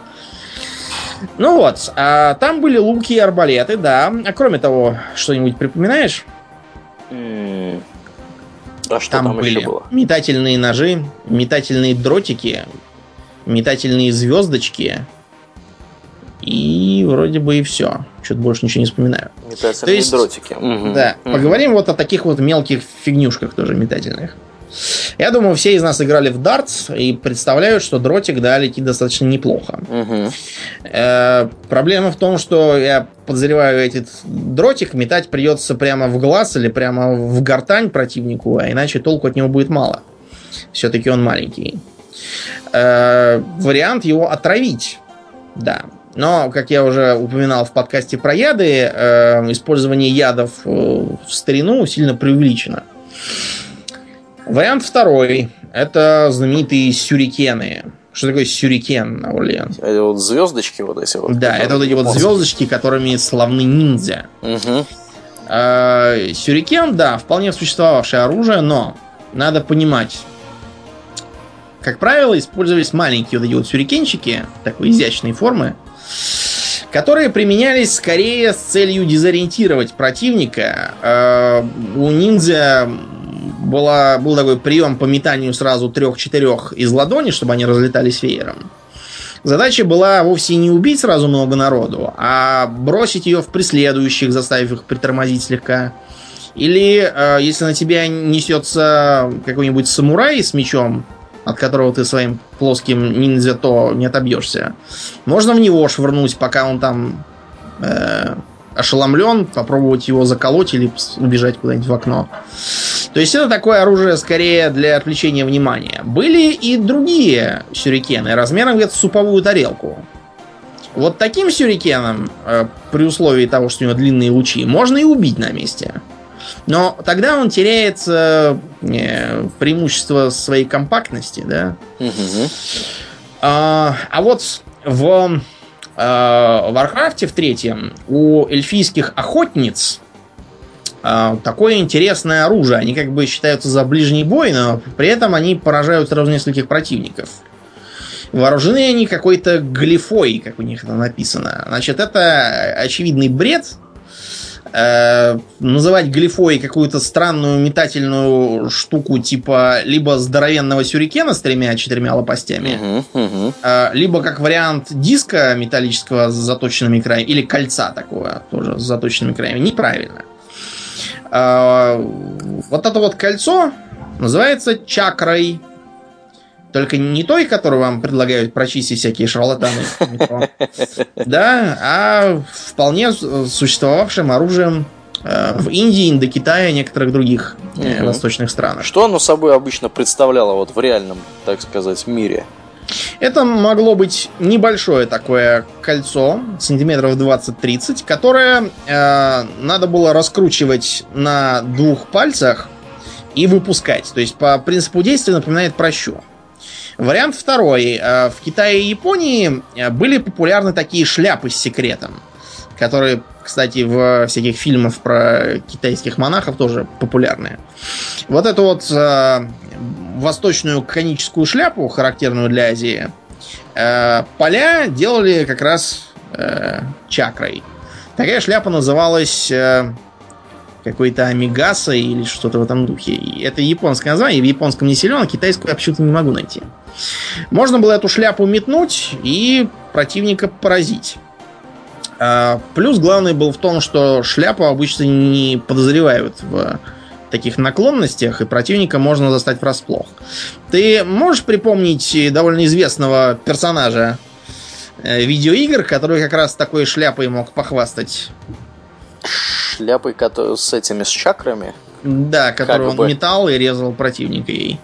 Ну вот, а там были луки и арбалеты, да. А кроме того, что-нибудь припоминаешь? Mm. А что там, там были еще было? Метательные ножи, метательные дротики, метательные звездочки. И вроде бы и все. Что-то больше ничего не вспоминаю. Метательные есть, дротики. Угу. Да. Угу. Поговорим вот о таких вот мелких фигнюшках тоже метательных. Я думаю, все из нас играли в дартс и представляют, что дротик, да, летит достаточно неплохо. Угу. Э, проблема в том, что я подозреваю, этот дротик метать придется прямо в глаз или прямо в гортань противнику, а иначе толку от него будет мало. Все-таки он маленький. Э, вариант его отравить. Да. Но, как я уже упоминал в подкасте про яды, э, использование ядов э, в старину сильно преувеличено. Вариант второй. Это знаменитые сюрикены. Что такое сюрикен, Аурлиен? Это вот звездочки вот эти вот. Да, это вот эти вот звездочки, которыми славны ниндзя. Угу. Э, сюрикен, да, вполне существовавшее оружие, но надо понимать, как правило, использовались маленькие вот эти вот сюрикенчики, такой изящной формы, которые применялись скорее с целью дезориентировать противника. Э, у ниндзя была, был такой прием по метанию сразу трех-четырех из ладони, чтобы они разлетались веером. Задача была вовсе не убить сразу много народу, а бросить ее в преследующих, заставив их притормозить слегка. Или, э, если на тебя несется какой-нибудь самурай с мечом, от которого ты своим плоским ниндзя то не отобьешься, можно в него швырнуть, пока он там э, ошеломлен, попробовать его заколоть или убежать куда-нибудь в окно. То есть это такое оружие скорее для отвлечения внимания. Были и другие сюрикены размером где-то суповую тарелку. Вот таким сюрикеном, при условии того, что у него длинные лучи, можно и убить на месте. Но тогда он теряет э, преимущество своей компактности, да. Угу. А, а вот в э, Варкрафте в третьем у эльфийских охотниц э, такое интересное оружие. Они как бы считаются за ближний бой, но при этом они поражают сразу нескольких противников. Вооружены они какой-то глифой, как у них это написано. Значит, это очевидный бред. Э, называть глифой какую-то странную метательную штуку типа либо здоровенного сюрикена с тремя-четырьмя лопастями, uh-huh, uh-huh. Э, либо как вариант диска металлического с заточенными краями, или кольца такого тоже с заточенными краями, неправильно. Э, вот это вот кольцо называется чакрой. Только не той, которую вам предлагают прочистить всякие шарлатаны в метро, да, а вполне существовавшим оружием э, в Индии, Индокитае и некоторых других э, угу. восточных странах. Что оно собой обычно представляло вот в реальном, так сказать, мире? Это могло быть небольшое такое кольцо, сантиметров двадцать-тридцать, которое э, надо было раскручивать на двух пальцах и выпускать. То есть по принципу действия напоминает пращу. Вариант второй. В Китае и Японии были популярны такие шляпы с секретом, которые, кстати, в всяких фильмах про китайских монахов тоже популярны. Вот эту вот э, восточную коническую шляпу, характерную для Азии, э, поля делали как раз э, чакрой. Такая шляпа называлась... Э, какой-то амигаса или что-то в этом духе. Это японское название, в японском не силен, а китайскую я почему-то не могу найти. Можно было эту шляпу метнуть и противника поразить. Плюс главный был в том, что шляпу обычно не подозревают в таких наклонностях, и противника можно застать врасплох. Ты можешь припомнить довольно известного персонажа видеоигр, который как раз такой шляпой мог похвастать? Шляпой с этими, с чакрами? Да, которую он бы... метал и резал противника ей.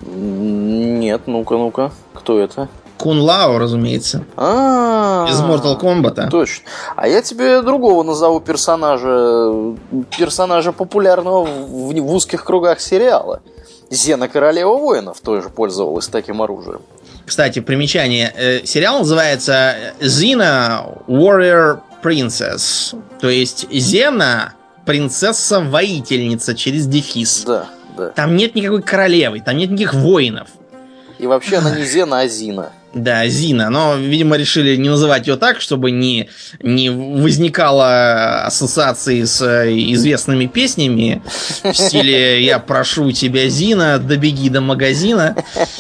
Нет, ну-ка, ну-ка. Кто это? Кун Лао, разумеется. А-а-а. Из Mortal Kombat. Точно. А я тебе другого назову персонажа. Персонажа популярного в, в узких кругах сериала. Зена Королева Воинов тоже пользовалась таким оружием. Кстати, примечание. Сериал называется Xena Warrior Princess. То есть Зена принцесса-воительница через дефис. Да, да. Там нет никакой королевы, там нет никаких воинов. И вообще она не Зена, а Зина. Да, Зина. Но, видимо, решили не называть ее так, чтобы не, не возникало ассоциации с известными песнями в стиле «Я прошу тебя, Зина, добеги до магазина».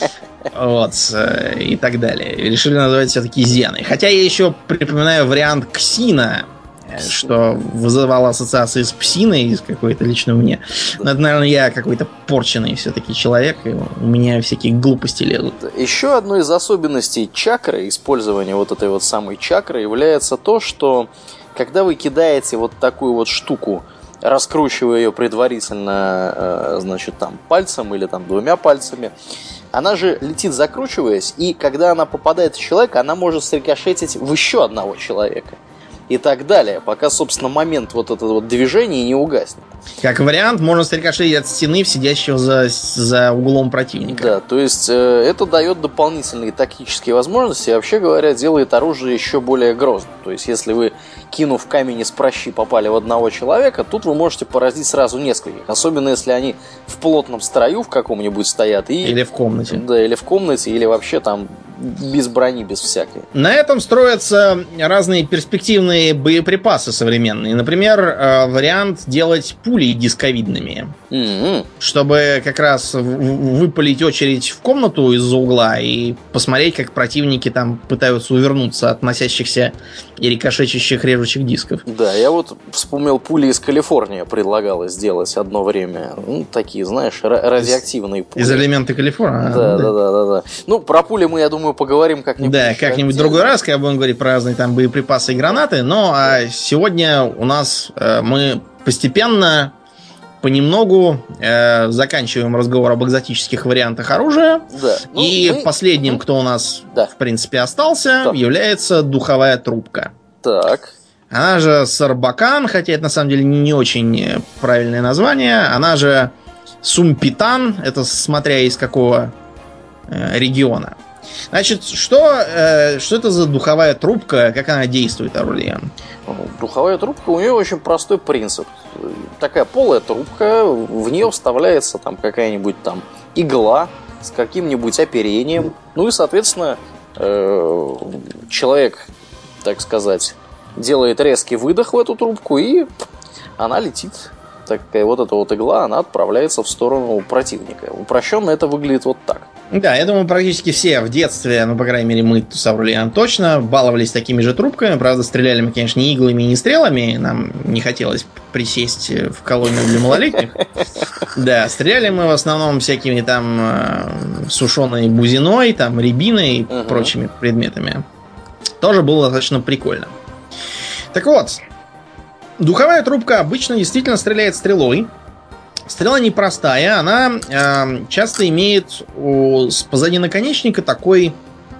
Вот, и так далее. Решили назвать все-таки Зеной. Хотя я еще припоминаю вариант Ксина, что вызывало ассоциации с псиной какой-то лично мне. Но это, наверное, я какой-то порченный все-таки человек, и у меня всякие глупости лезут. Еще одной из особенностей чакры, использования вот этой вот самой чакры, является то, что когда вы кидаете вот такую вот штуку, раскручивая ее предварительно, значит, там пальцем или там двумя пальцами, она же летит, закручиваясь, и когда она попадает в человека, она может срикошетить в еще одного человека. И так далее, пока, собственно, момент вот этого вот движения не угаснет. Как вариант, можно срикошетить от стены в сидящего за, за углом противника. Да, то есть э, это дает дополнительные тактические возможности, и, вообще говоря, делает оружие еще более грозным. То есть, если вы, кинув камень из пращи, попали в одного человека, тут вы можете поразить сразу нескольких. Особенно, если они в плотном строю в каком-нибудь стоят. И, или в комнате. Да, или в комнате, или вообще там без брони, без всякой. На этом строятся разные перспективные боеприпасы современные. Например, вариант делать пули дисковидными. Mm-hmm. Чтобы как раз выпалить очередь в комнату из-за угла и посмотреть, как противники там пытаются увернуться от носящихся и рикошечащих режущих дисков. Да, я вот вспомнил, пули из Калифорнии предлагалось сделать одно время. Ну, такие, знаешь, радиоактивные пули. Из элемента Калифорнии? Да, да, да, да, да. Ну, про пули мы, я думаю, поговорим как-нибудь. Да, как-нибудь в другой раз, когда будем говорить про разные там боеприпасы и гранаты. Но а сегодня у нас э, мы постепенно понемногу э, заканчиваем разговор об экзотических вариантах оружия. Да. Ну, и мы... последним, кто у нас, да. в принципе, остался, да. является духовая трубка. Так. Она же Сарбакан, хотя это на самом деле не очень правильное название. Она же Сумпитан, это смотря из какого э, региона. Значит, что, э, что это за духовая трубка, как она действует, Аурлиен? Духовая трубка, у нее очень простой принцип. Такая полая трубка, в нее вставляется там какая-нибудь там игла с каким-нибудь оперением. Ну и, соответственно, э, человек, так сказать, делает резкий выдох в эту трубку, и она летит. Такая вот эта вот игла, она отправляется в сторону противника. Упрощенно это выглядит вот так. Да, я думаю, практически все в детстве, ну, по крайней мере, мы с Аурлиен точно, баловались такими же трубками. Правда, стреляли мы, конечно, не иглами, не стрелами. Нам не хотелось присесть в колонию для малолетних. Да, стреляли мы в основном всякими там сушеной бузиной, там, рябиной и прочими предметами. Тоже было достаточно прикольно. Так вот, духовая трубка обычно действительно стреляет стрелой. Стрела непростая, она э, часто имеет у, позади наконечника такой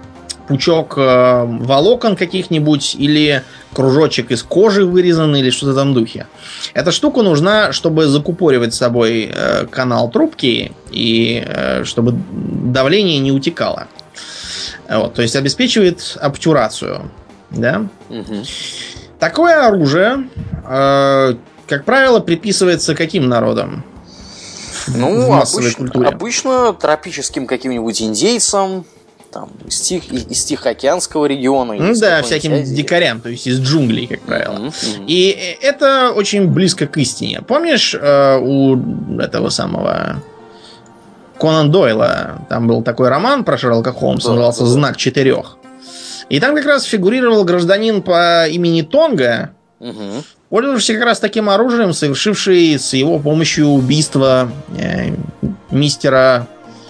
пучок э, волокон каких-нибудь или кружочек из кожи вырезанный или что-то в этом духе. Эта штука нужна, чтобы закупоривать с собой э, канал трубки и э, чтобы давление не утекало. Вот, то есть обеспечивает обтюрацию. Да? Угу. Такое оружие, э, как правило, приписывается каким народам? Ну, обычно, обычно тропическим каким-нибудь индейцам, там, из, тих, из Тихоокеанского региона. Ну да, всяким Азии. Дикарям, то есть из джунглей, как правило. Mm-hmm, mm-hmm. И это очень близко к истине. Помнишь, э, у этого самого Конан Дойла, там был такой роман про Шерлока Холмса, да, назывался да. «Знак четырех». И там как раз фигурировал гражданин по имени Тонга, угу. пользовавшийся как раз таким оружием, совершивший с его помощью убийство э, мистера,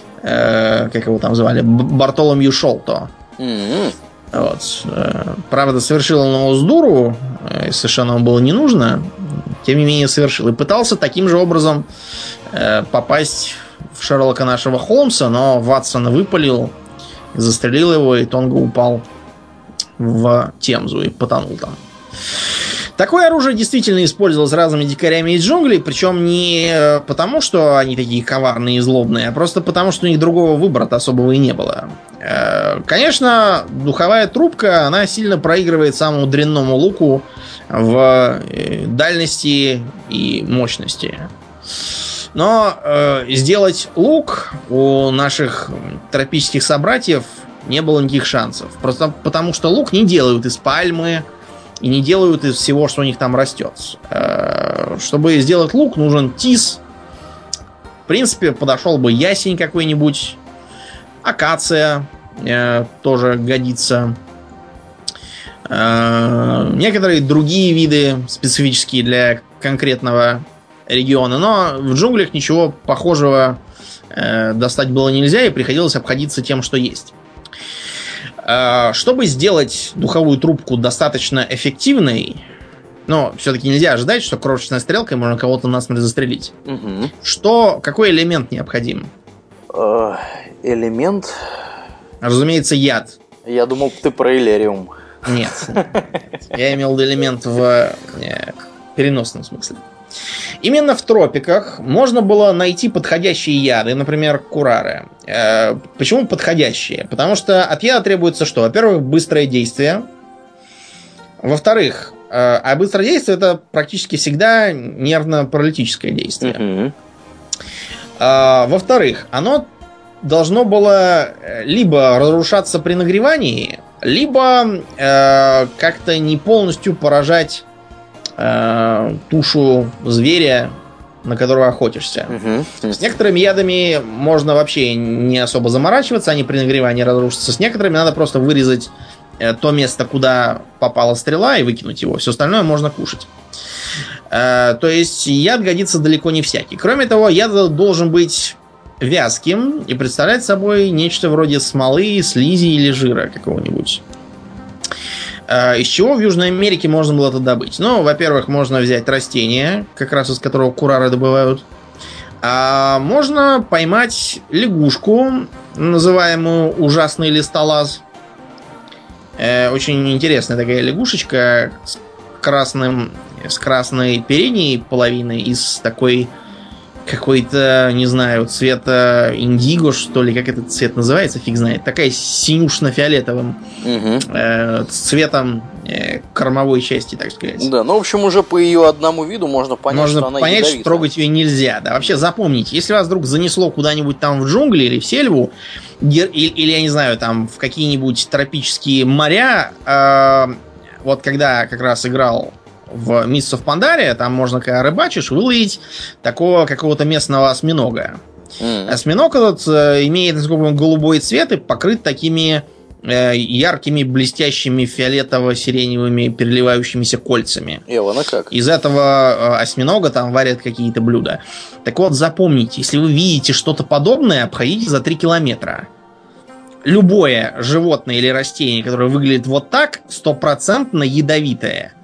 э, как его там звали, Бартоломью Шолто. Угу. Вот. Э, правда, совершил он его с дуру, э, совершенно ему было не нужно, тем не менее совершил. И пытался таким же образом э, попасть в Шерлока нашего Холмса, но Ватсона выпалил, застрелил его, и Тонга упал в Темзу и потонул там. Такое оружие действительно использовалось разными дикарями из джунглей, причем не потому, что они такие коварные и злобные, а просто потому, что у них другого выбора особого и не было. Конечно, духовая трубка, она сильно проигрывает самому дрянному луку в дальности и мощности. Но э, сделать лук у наших тропических собратьев не было никаких шансов. Просто потому, что лук не делают из пальмы и не делают из всего, что у них там растет. Э, чтобы сделать лук, нужен тис. В принципе, подошел бы ясень какой-нибудь, акация э, тоже годится. Э, некоторые другие виды, специфические для конкретного региона, но в джунглях ничего похожего э, достать было нельзя, и приходилось обходиться тем, что есть. Э, чтобы сделать духовую трубку достаточно эффективной, но все-таки нельзя ожидать, что крошечной стрелкой можно кого-то насмерть застрелить. Угу. Что, какой элемент необходим? Э, элемент? Разумеется, яд. Я думал, ты про Иллириум. Нет. Я имел в виду элемент в переносном смысле. Именно в тропиках можно было найти подходящие яды, например, курары. Э, почему подходящие? Потому что от яда требуется что? Во-первых, быстрое действие. Во-вторых, э, а быстрое действие это практически всегда нервно-паралитическое действие. Mm-hmm. Э, во-вторых, оно должно было либо разрушаться при нагревании, либо э, как-то не полностью поражать тушу зверя, на которого охотишься. Uh-huh. С некоторыми ядами можно вообще не особо заморачиваться, они при нагревании разрушатся. С некоторыми надо просто вырезать то место, куда попала стрела, и выкинуть его. Все остальное можно кушать. То есть яд годится далеко не всякий. Кроме того, яд должен быть вязким и представлять собой нечто вроде смолы, слизи или жира какого-нибудь. Из чего в Южной Америке можно было это добыть? Ну, во-первых, можно взять растение, как раз из которого курары добывают. А можно поймать лягушку, называемую ужасный листолаз. Очень интересная такая лягушечка с красным, с красной передней половиной и с такой какой-то, не знаю, цвета индиго, что ли, как этот цвет называется, фиг знает. Такая синюшно-фиолетовым угу. э, цветом э, кормовой части, так сказать. Да, ну, в общем, уже по ее одному виду можно понять, можно что она понять, ядовита. Что трогать ее нельзя. Да, вообще запомните, если вас вдруг занесло куда-нибудь там в джунгли или в сельву, или, или я не знаю, там в какие-нибудь тропические моря, э, вот когда как раз играл в Mists of Pandaria, там можно, когда рыбачишь, выловить такого какого-то местного осьминога. Mm. Осьминог этот э, имеет, насколько я помню, голубой цвет и покрыт такими э, яркими, блестящими, фиолетово-сиреневыми, переливающимися кольцами. Эвана как? Из этого э, осьминога там варят какие-то блюда. Так вот, запомните, если вы видите что-то подобное, обходите за три километра. Любое животное или растение, которое выглядит вот так, стопроцентно ядовитое.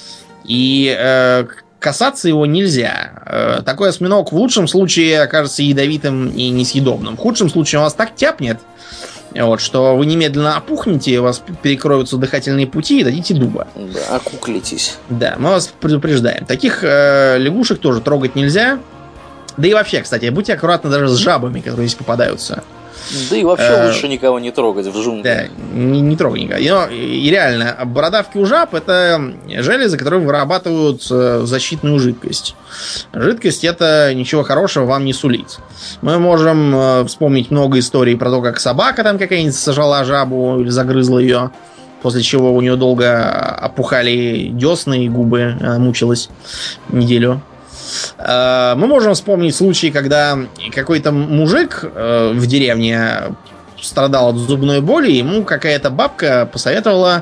И э, касаться его нельзя. Э, такой осьминог в лучшем случае окажется ядовитым и несъедобным. В худшем случае он вас так тяпнет, вот, что вы немедленно опухнете, у вас перекроются дыхательные пути и дадите дуба. Да, окуклитесь. Да, мы вас предупреждаем. Таких э, лягушек тоже трогать нельзя. Да и вообще, кстати, будьте аккуратны даже с жабами, которые здесь попадаются. Да и вообще э, лучше никого не трогать в джунглях. Да, не, не трогай никого. И, и реально, бородавки у жаб — это железы, которые вырабатывают защитную жидкость. Жидкость это ничего хорошего вам не сулит. Мы можем вспомнить много историй про то, как собака там какая-нибудь сожрала жабу или загрызла ее, после чего у нее долго опухали десны и губы, она мучилась неделю. Мы можем вспомнить случай, когда какой-то мужик в деревне страдал от зубной боли, ему какая-то бабка посоветовала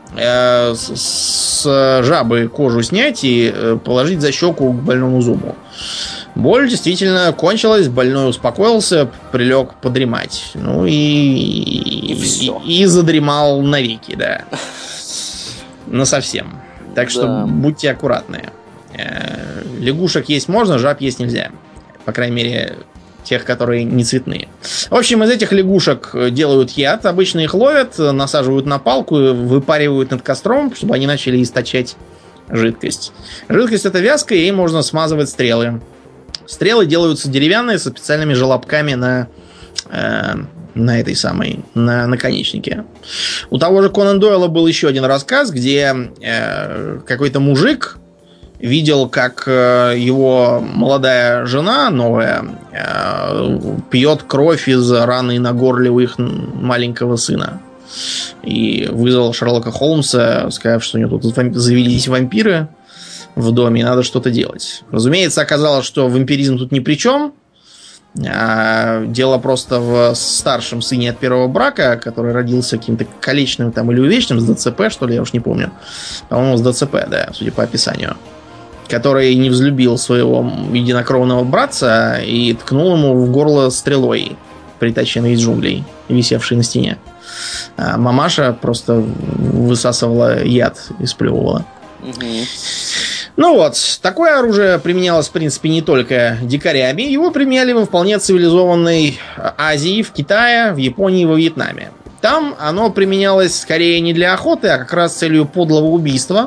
с жабы кожу снять и положить за щеку к больному зубу. Боль действительно кончилась, больной успокоился, прилег подремать. Ну и, и, и, и задремал навеки, да. Насовсем. Так что да. Будьте аккуратны. Лягушек есть можно, жаб есть нельзя. По крайней мере, тех, которые не цветные. В общем, из этих лягушек делают яд. Обычно их ловят, насаживают на палку, выпаривают над костром, чтобы они начали источать жидкость. Жидкость эта вязкая, и можно смазывать стрелы. Стрелы делаются деревянные, со специальными желобками на, э, на этой самой, на наконечнике. У того же Конан Дойла был еще один рассказ, где э, какой-то мужик видел, как его молодая жена, новая, пьет кровь из раны на горле у их маленького сына. И вызвал Шерлока Холмса, сказав, что у него тут завелись вампиры в доме, и надо что-то делать. Разумеется, оказалось, что вампиризм тут ни при чем. Дело просто в старшем сыне от первого брака, который родился каким-то калечным там или увечным, с ДЦП, что ли, я уж не помню. По-моему, с ДЦП, да, судя по описанию. Который не взлюбил своего единокровного братца и ткнул ему в горло стрелой, притащенной из джунглей, висевшей на стене. А мамаша просто высасывала яд и сплевывала. Угу. Ну вот, такое оружие применялось, в принципе, не только дикарями. Его применяли во вполне цивилизованной Азии, в Китае, в Японии и во Вьетнаме. Там оно применялось скорее не для охоты, а как раз с целью подлого убийства.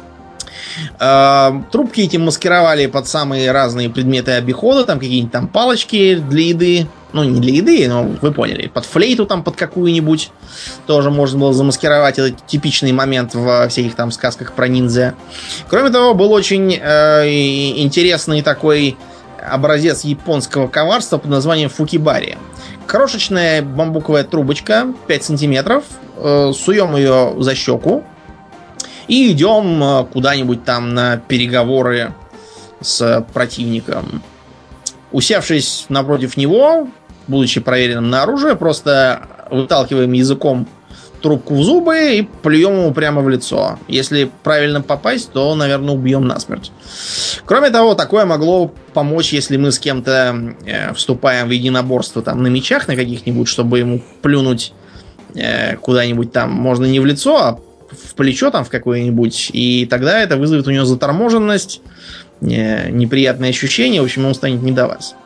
Трубки эти маскировали под самые разные предметы обихода, там какие-нибудь там палочки для еды, ну не для еды, но вы поняли, под флейту там под какую-нибудь тоже можно было замаскировать. Это типичный момент во всех там сказках про ниндзя. Кроме того, был очень э, интересный такой образец японского коварства под названием фукибари. Крошечная бамбуковая трубочка, пять сантиметров, э, суем ее за щеку и идем куда-нибудь там на переговоры с противником. Усевшись напротив него, будучи проверенным на оружие, просто выталкиваем языком трубку в зубы и плюем ему прямо в лицо. Если правильно попасть, то, наверное, убьем насмерть. Кроме того, такое могло помочь, если мы с кем-то э, вступаем в единоборство там, на мечах на каких-нибудь, чтобы ему плюнуть э, куда-нибудь там, можно не в лицо, а в плечо там в какое-нибудь, и тогда это вызовет у него заторможенность, неприятные ощущения, в общем, ему станет не до вас.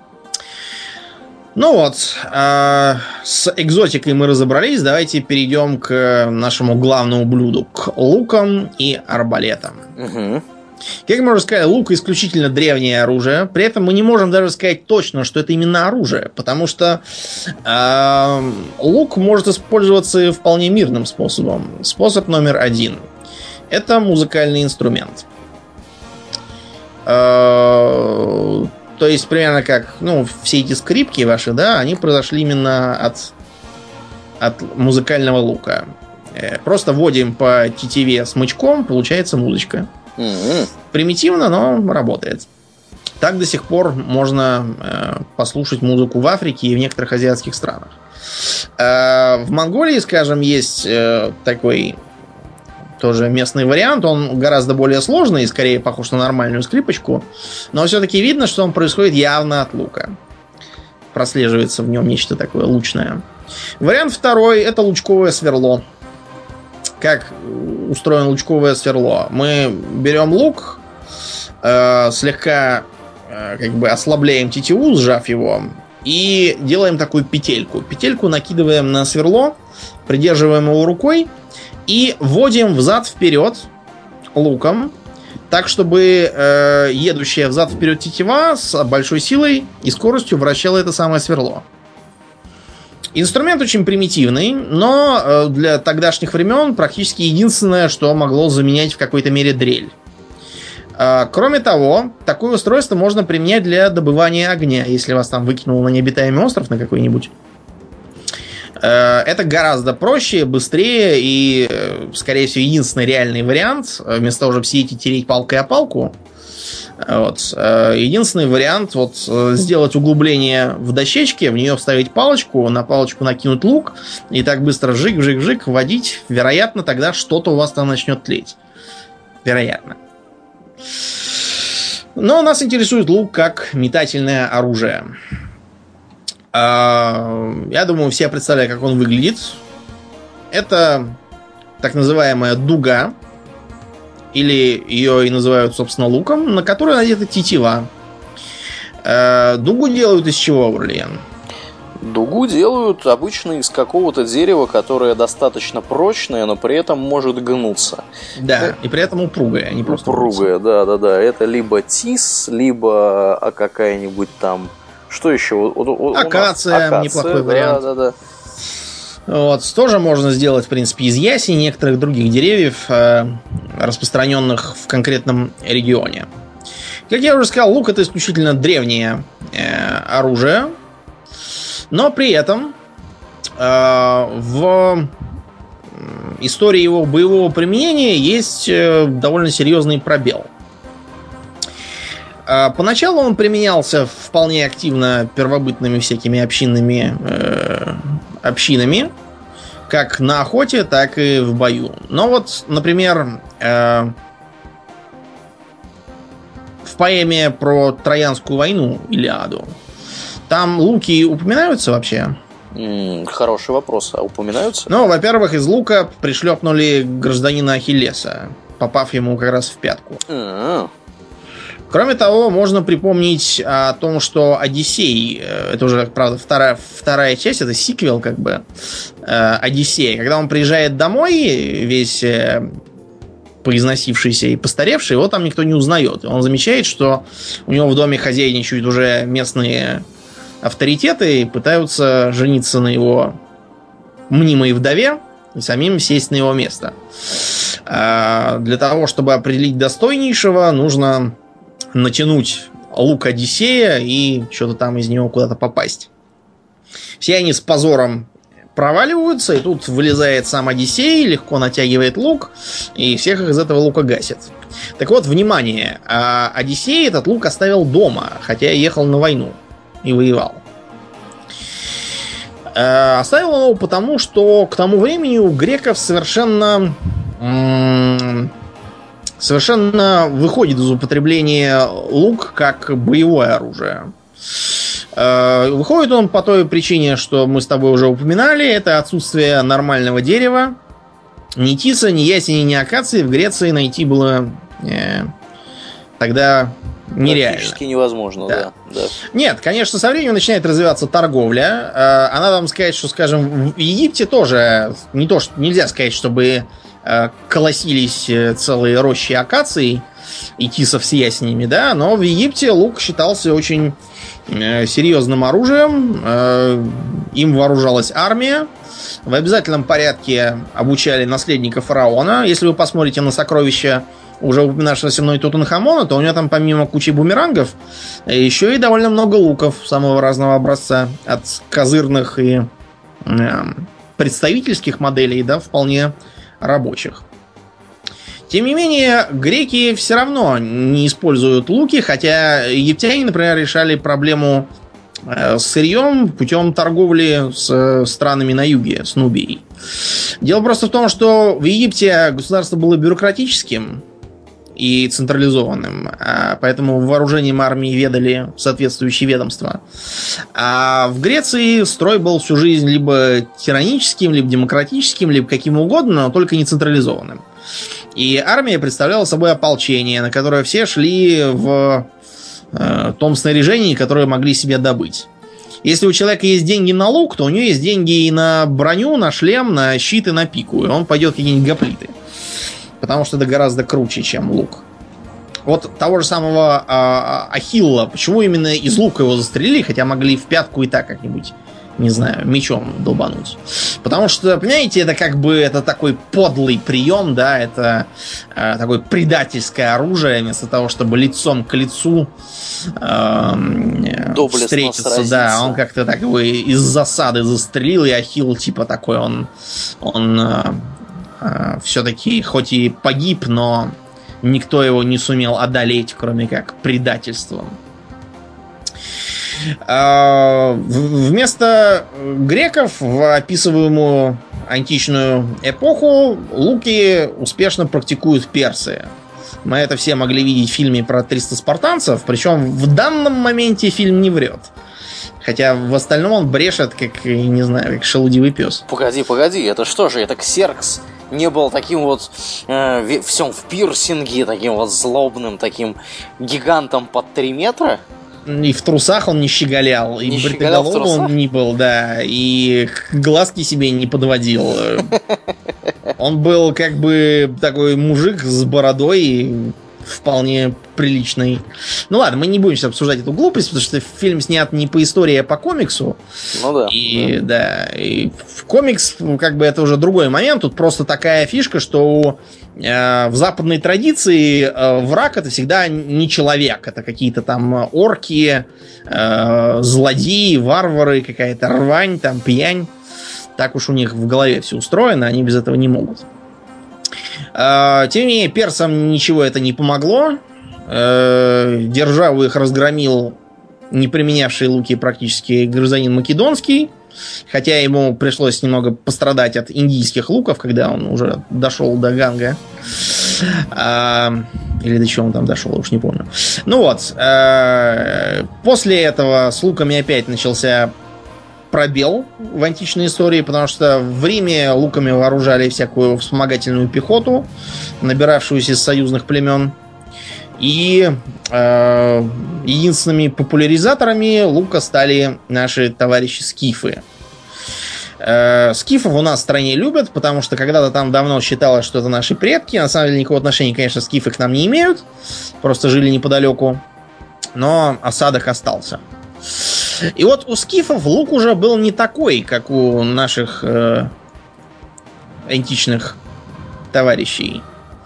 Ну вот, э, с экзотикой мы разобрались, давайте перейдем к нашему главному блюду, к лукам и арбалетам. Угу. Как мы уже сказали, лук исключительно древнее оружие, при этом мы не можем даже сказать точно, что это именно оружие, потому что э, лук может использоваться вполне мирным способом. Способ номер один – это музыкальный инструмент. Э, То есть, примерно как, ну, все эти скрипки ваши, да, они произошли именно от, от музыкального лука. Просто вводим по тетиве смычком, получается музычка. Mm-hmm. Примитивно, но работает. Так до сих пор можно э, послушать музыку в Африке и в некоторых азиатских странах. Э, в Монголии, скажем, есть э, такой тоже местный вариант. Он гораздо более сложный и скорее похож на нормальную скрипочку. Но все-таки видно, что он происходит явно от лука. Прослеживается в нем нечто такое лучное. Вариант второй – это лучковое сверло. Как устроено лучковое сверло? Мы берем лук, э, слегка э, как бы ослабляем тетиву, сжав его, и делаем такую петельку. Петельку накидываем на сверло, придерживаем его рукой и вводим взад-вперед луком, так, чтобы э, едущая взад-вперед тетива с большой силой и скоростью вращала это самое сверло. Инструмент очень примитивный, но э, для тогдашних времен практически единственное, что могло заменять в какой-то мере дрель. Э, кроме того, такое устройство можно применять для добывания огня, если вас там выкинуло на необитаемый остров на какой-нибудь. Это гораздо проще, быстрее и, скорее всего, единственный реальный вариант. Вместо того, чтобы сидеть и тереть палкой о палку. Вот. Единственный вариант вот, сделать углубление в дощечке, в нее вставить палочку, на палочку накинуть лук и так быстро жик-жик-жик водить. Вероятно, тогда что-то у вас там начнет тлеть. Вероятно. Но нас интересует лук как метательное оружие. Я думаю, все представляют, как он выглядит. Это так называемая дуга, или ее и называют, собственно, луком, на которой надета тетива. Дугу делают из чего, Аурлиен? Дугу делают обычно из какого-то дерева, которое достаточно прочное, но при этом может гнуться. Да, это... и при этом упругое, а не просто упругое, да-да-да. Это либо тис, либо а какая-нибудь там... Что еще? Акация, Акация неплохой вариант. Да, да, да. Вот, тоже можно сделать, в принципе, из ясеней и некоторых других деревьев, распространенных в конкретном регионе. Как я уже сказал, лук это исключительно древнее оружие, но при этом в истории его боевого применения есть довольно серьезный пробел. Поначалу он применялся вполне активно первобытными всякими общинными э, общинами, как на охоте, так и в бою. Но вот, например, э, в поэме про Троянскую войну Илиаду, там луки упоминаются вообще? Mm, хороший вопрос. А упоминаются? Ну, во-первых, из лука пришлепнули гражданина Ахиллеса, попав ему как раз в пятку. Mm-hmm. Кроме того, можно припомнить о том, что Одиссей, это уже, правда, вторая, вторая часть, это сиквел, как бы, Одиссея, когда он приезжает домой, весь поизносившийся и постаревший, его там никто не узнает. И он замечает, что у него в доме хозяйничают уже местные авторитеты и пытаются жениться на его мнимой вдове и самим сесть на его место. Для того, чтобы определить достойнейшего, нужно натянуть лук Одиссея и что-то там из него куда-то попасть. Все они с позором проваливаются, и тут вылезает сам Одиссей, легко натягивает лук, и всех их из этого лука гасит. Так вот, внимание, Одиссей этот лук оставил дома, хотя ехал на войну и воевал. Оставил он его потому, что к тому времени у греков совершенно... Совершенно выходит из употребления лук как боевое оружие. Выходит он по той причине, что мы с тобой уже упоминали, это отсутствие нормального дерева, ни тиса, ни ясени, ни акации в Греции найти было э, тогда нереально. Практически невозможно, да. Да, да. Нет, конечно, со временем начинает развиваться торговля. А надо вам сказать, что, скажем, в Египте тоже не то, что нельзя сказать, чтобы колосились целые рощи акаций и тисов с ясенями, да, но в Египте лук считался очень серьезным оружием. Им вооружалась армия. В обязательном порядке обучали наследника фараона. Если вы посмотрите на сокровища уже упоминавшегося мной Тутанхамона, то у него там помимо кучи бумерангов еще и довольно много луков самого разного образца. От козырных и э, представительских моделей до вполне рабочих. Тем не менее, греки все равно не используют луки, хотя египтяне, например, решали проблему э, с сырьем путем торговли с странами на юге, с Нубией. Дело просто в том, что в Египте государство было бюрократическим и централизованным, поэтому вооружением армии ведали соответствующие ведомства. А в Греции строй был всю жизнь либо тираническим, либо демократическим, либо каким угодно, но только не централизованным. И армия представляла собой ополчение, на которое все шли в э, том снаряжении, которое могли себе добыть. Если у человека есть деньги на лук, то у него есть деньги и на броню, на шлем, на щит и на пику. И он пойдет в какие-нибудь гоплиты. Потому что это гораздо круче, чем лук. Вот того же самого а, Ахилла, почему именно из лука его застрелили, хотя могли в пятку и так как-нибудь, не знаю, мечом долбануть. Потому что, понимаете, это как бы это такой подлый прием, да, это а, такое предательское оружие, вместо того, чтобы лицом к лицу а, встретиться. Сразиться. Да, он как-то так его из засады застрелил, и Ахилл типа такой, он... он все-таки хоть и погиб, но никто его не сумел одолеть, кроме как предательством. Вместо греков в описываемую античную эпоху луки успешно практикуют персы. Мы это все могли видеть в фильме про триста спартанцев, причем в данном моменте фильм не врет. Хотя в остальном он брешет, как, не знаю, как шелудивый пес. Погоди, погоди, это что же, это Ксеркс не был таким вот э, всем в пирсинге, таким вот злобным, таким гигантом под три метра? И в трусах он не щеголял, не и бритоголовым он не был, да, и глазки себе не подводил. Он был как бы такой мужик с бородой, вполне приличный. Ну ладно, мы не будем сейчас обсуждать эту глупость, потому что фильм снят не по истории, а по комиксу. Ну да. И да, и в комикс, как бы это уже другой момент. Тут просто такая фишка, что э, в западной традиции э, враг это всегда не человек. Это какие-то там орки, э, злодеи, варвары, какая-то рвань, там пьянь. Так уж у них в голове все устроено, они без этого не могут. Тем не менее, персам ничего это не помогло. Державу их разгромил не применявший луки практически гражданин македонский. Хотя ему пришлось немного пострадать от индийских луков, когда он уже дошел до Ганга. Или до чего он там дошел, уж не помню. Ну вот. После этого с луками опять начался пробел в античной истории, потому что в Риме луками вооружали всякую вспомогательную пехоту, набиравшуюся из союзных племен. И э, единственными популяризаторами лука стали наши товарищи скифы. Э, скифов у нас в стране любят, потому что когда-то там давно считалось, что это наши предки. На самом деле никакого отношения, конечно, скифы к нам не имеют. Просто жили неподалеку. Но осадок остался. И вот у скифов лук уже был не такой, как у наших э, античных товарищей.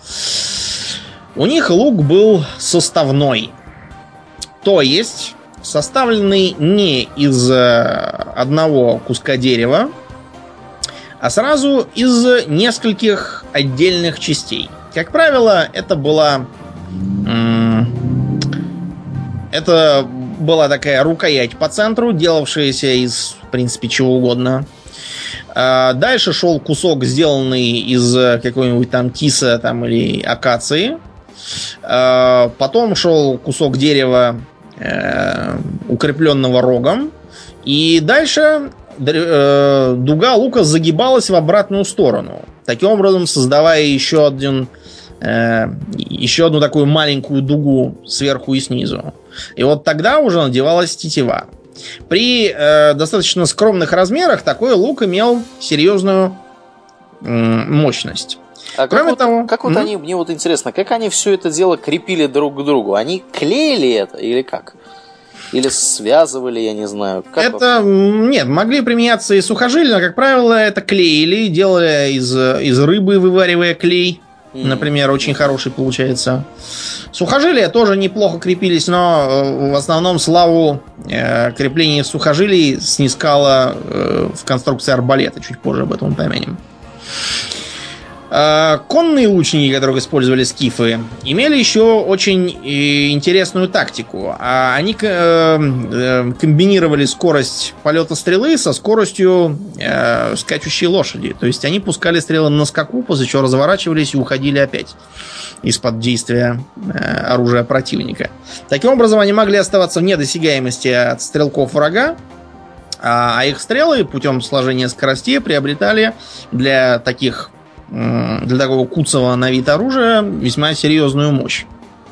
У них лук был составной. То есть составленный не из одного куска дерева, а сразу из нескольких отдельных частей. Как правило, это была... Это была такая рукоять по центру, делавшаяся из, в принципе, чего угодно. Дальше шел кусок, сделанный из какого-нибудь там тиса там, или акации. Потом шел кусок дерева, укрепленного рогом. И дальше дуга лука загибалась в обратную сторону, таким образом создавая еще один, еще одну такую маленькую дугу сверху и снизу. И вот тогда уже надевалась тетива. При э, достаточно скромных размерах такой лук имел серьезную э, мощность. А Кроме как того, вот, как вот м- они, мне вот интересно, как они все это дело крепили друг к другу? Они клеили это или как? Или связывали, я не знаю. Как это, вообще? Нет, могли применяться и сухожилия, но, как правило, это клеили, делали из, из рыбы, вываривая клей. Mm-hmm. Например, очень хороший получается. Сухожилия тоже неплохо крепились, но в основном славу э, крепления сухожилий снискало э, в конструкции арбалета. Чуть позже об этом упомянем. Э, конные лучники, которых использовали скифы, имели еще очень э, интересную тактику. Они э, э, комбинировали скорость полета стрелы со скоростью э, скачущей лошади. То есть они пускали стрелы на скаку, после чего разворачивались и уходили опять из-под действия э, оружия противника. Таким образом, они могли оставаться вне досягаемости от стрелков врага, а, а их стрелы путем сложения скоростей приобретали для таких э, для такого куцого на вид оружия весьма серьезную мощь.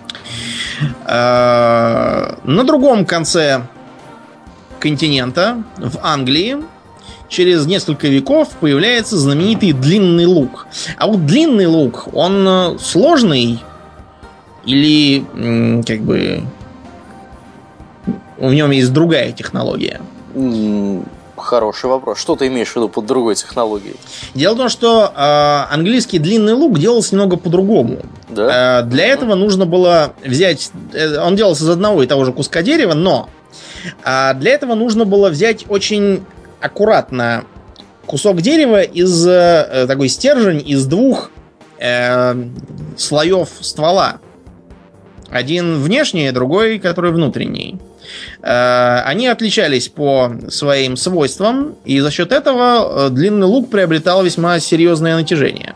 Э, на другом конце континента, в Англии, через несколько веков появляется знаменитый длинный лук. А вот длинный лук, он сложный или как бы в нем есть другая технология? Хороший вопрос. Что ты имеешь в виду под другой технологией? Дело в том, что э, английский длинный лук делался немного по-другому. Да? Э, для mm-hmm. этого нужно было взять... Э, он делался из одного и того же куска дерева, но э, для этого нужно было взять очень аккуратно кусок дерева из э, такой стержень из двух э, слоев ствола. Один внешний, другой, который внутренний. Э, они отличались по своим свойствам, и за счет этого длинный лук приобретал весьма серьезное натяжение.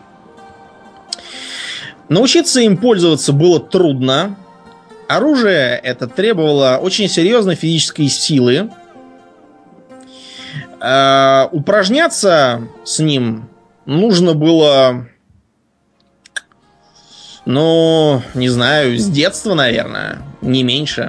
Научиться им пользоваться было трудно. Оружие это требовало очень серьезной физической силы. Uh, упражняться с ним нужно было, ну, не знаю, с детства, наверное, не меньше.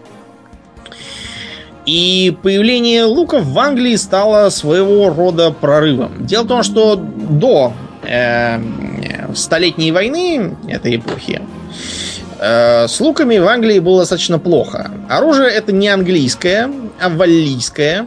И появление луков в Англии стало своего рода прорывом. Дело в том, что до э, Столетней войны этой эпохи э, с луками в Англии было достаточно плохо. Оружие это не английское, а валлийское,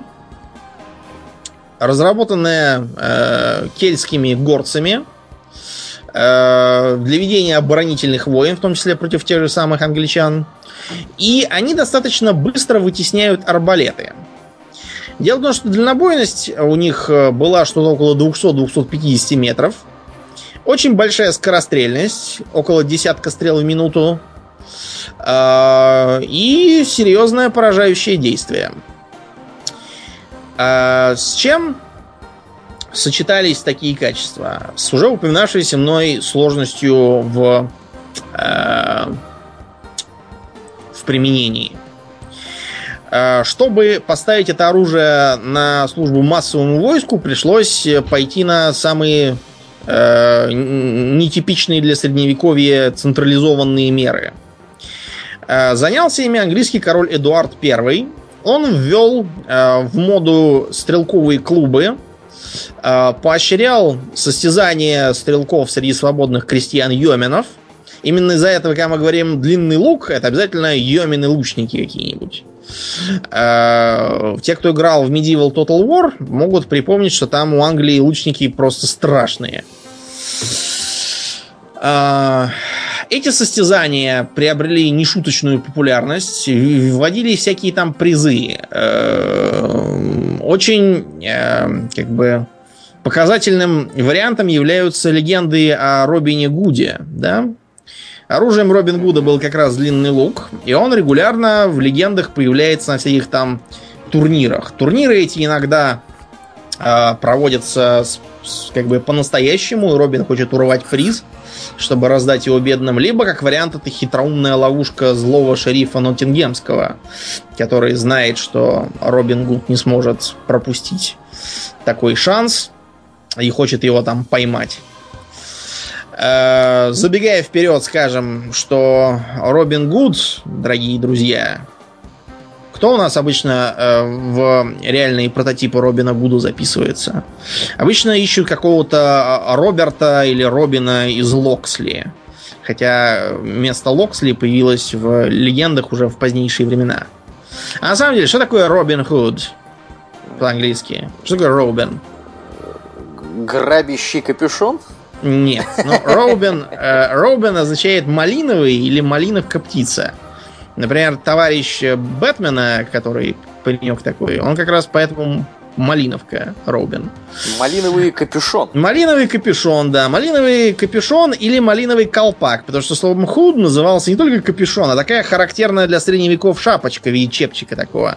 разработанная э, кельтскими горцами э, для ведения оборонительных войн, в том числе против тех же самых англичан. И они достаточно быстро вытесняют арбалеты. Дело в том, что дальнобойность у них была что-то около двести-двести пятьдесят метров. Очень большая скорострельность, около десятка стрел в минуту. Э, и серьезное поражающее действие. А с чем сочетались такие качества? С уже упоминавшейся мной сложностью в, э, в применении. Э, чтобы поставить это оружие на службу массовому войску, пришлось пойти на самые э, нетипичные для средневековья централизованные меры. Э, занялся ими английский король Эдуард Первый. Он ввел э, в моду стрелковые клубы, э, поощрял состязания стрелков среди свободных крестьян-йоменов. Именно из-за этого, когда мы говорим длинный лук, это обязательно йомены-лучники какие-нибудь. Э, те, кто играл в Medieval Total War, могут припомнить, что там у Англии лучники просто страшные. Э, Эти состязания приобрели нешуточную популярность, вводили всякие там призы. Очень, как бы, показательным вариантом являются легенды о Робине Гуде, да? Оружием Робин Гуда был как раз длинный лук, и он регулярно в легендах появляется на всяких там турнирах. Турниры эти иногда э, проводится с, с, как бы по-настоящему, и Робин хочет урвать приз, чтобы раздать его бедным, либо, как вариант, это хитроумная ловушка злого шерифа Ноттингемского, который знает, что Робин Гуд не сможет пропустить такой шанс и хочет его там поймать. Э, забегая вперед, скажем, что Робин Гуд, дорогие друзья, кто у нас обычно э, в реальные прототипы Робина Гуда записывается? Обычно ищут какого-то Роберта или Робина из Локсли. Хотя место Локсли появилось в легендах уже в позднейшие времена. А на самом деле, что такое Робин Худ по-английски? Что такое Робин? Грабящий капюшон? Нет. Ну, Робин, э, Робин означает малиновый или малиновка птица. Например, товарищ Бэтмена, который паренек такой, он как раз поэтому малиновка Робин. Малиновый капюшон. Малиновый капюшон, да. Малиновый капюшон или малиновый колпак. Потому что словом худ назывался не только капюшон, а такая характерная для средневеков шапочка в виде чепчика такого.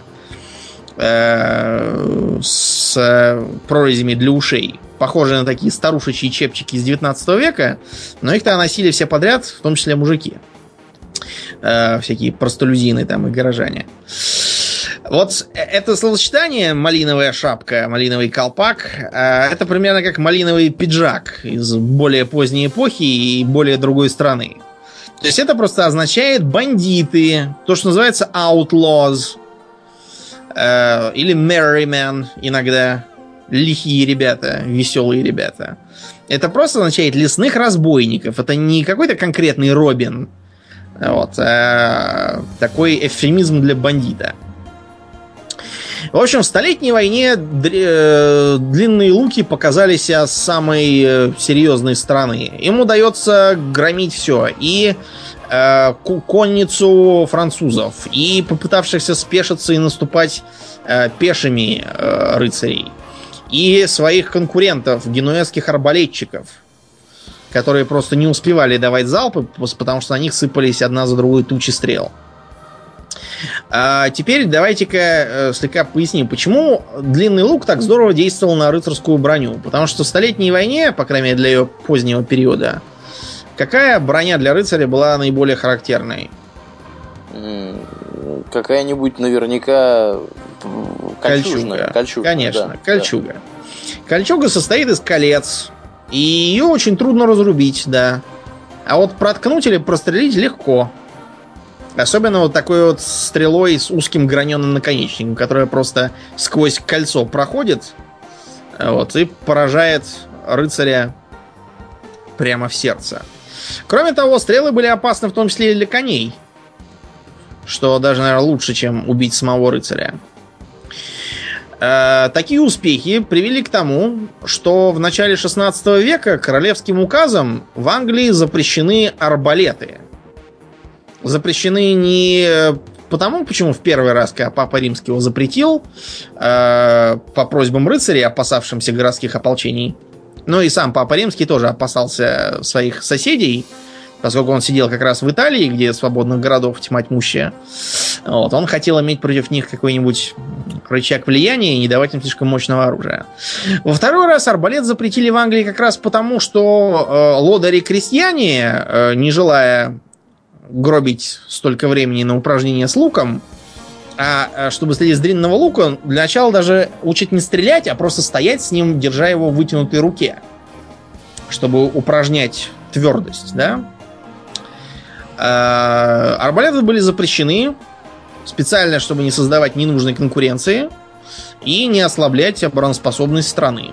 Э, с прорезями для ушей. Похожие на такие старушечьи чепчики из девятнадцатого века. Но их-то носили все подряд, в том числе мужики. Э, всякие простолюдины там и горожане. Вот это словосочетание малиновая шапка, малиновый колпак, э, это примерно как малиновый пиджак из более поздней эпохи и более другой страны. То есть это просто означает бандиты, то, что называется outlaws, э, или merrymen иногда, лихие ребята, веселые ребята. Это просто означает лесных разбойников. Это не какой-то конкретный Робин. Вот, а такой эвфемизм для бандита. В общем, в Столетней войне длинные луки показали себя с самой серьезной стороны. Им удается громить все. И э, конницу французов, и попытавшихся спешиться и наступать э, пешими э, рыцарей, и своих конкурентов, генуэзских арбалетчиков, которые просто не успевали давать залпы, потому что на них сыпались одна за другой тучи стрел. А теперь давайте-ка э, слегка поясним, почему длинный лук так здорово действовал на рыцарскую броню. Потому что в Столетней войне, по крайней мере для ее позднего периода, какая броня для рыцаря была наиболее характерной? Какая-нибудь наверняка кольчуга. Кольчуга. Конечно, да, кольчуга. Да. Кольчуга состоит из колец, и ее очень трудно разрубить, да. А вот проткнуть или прострелить легко. Особенно вот такой вот стрелой с узким граненым наконечником, которая просто сквозь кольцо проходит, вот, и поражает рыцаря прямо в сердце. Кроме того, стрелы были опасны в том числе и для коней, что даже, наверное, лучше, чем убить самого рыцаря. Э, такие успехи привели к тому, что в начале шестнадцатого века королевским указом в Англии запрещены арбалеты. Запрещены не потому, почему в первый раз, когда Папа Римский его запретил, э, по просьбам рыцарей, опасавшимся городских ополчений, но и сам Папа Римский тоже опасался своих соседей, поскольку он сидел как раз в Италии, где свободных городов тьма тьмущая. Вот, он хотел иметь против них какой-нибудь рычаг влияния и не давать им слишком мощного оружия. Во второй раз арбалет запретили в Англии как раз потому, что э, лодыри-крестьяне, э, не желая гробить столько времени на упражнения с луком, а чтобы стрелять с длинного лука, для начала даже учат не стрелять, а просто стоять с ним, держа его в вытянутой руке, чтобы упражнять твердость, да? Арбалеты были запрещены специально, чтобы не создавать ненужной конкуренции и не ослаблять обороноспособность страны.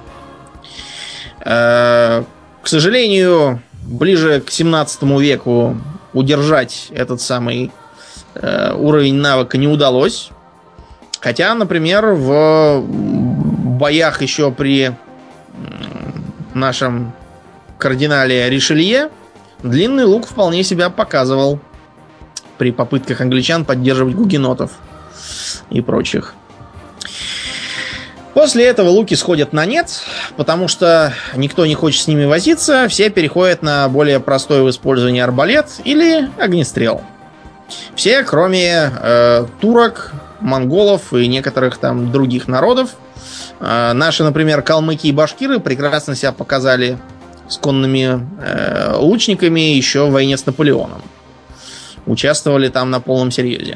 К сожалению, ближе к семнадцатому веку удержать этот самый э, уровень навыка не удалось. Хотя, например, в боях еще при нашем кардинале Ришелье длинный лук вполне себя показывал при попытках англичан поддерживать гугенотов и прочих. После этого луки сходят на нет, потому что никто не хочет с ними возиться, все переходят на более простой в использовании арбалет или огнестрел. Все, кроме э, турок, монголов и некоторых там других народов, Э, наши, например, калмыки и башкиры прекрасно себя показали с конными э, лучниками еще в войне с Наполеоном. Участвовали там на полном серьезе.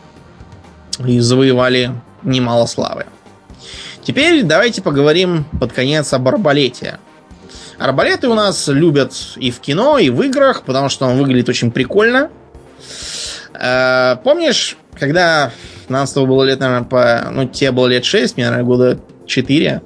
И завоевали немало славы. Теперь давайте поговорим под конец об арбалете. Арбалеты у нас любят и в кино, и в играх, потому что он выглядит очень прикольно. Э, помнишь, когда нам с тобой было лет, наверное, по... Ну, тебе было лет шесть, мне, наверное, года четыре.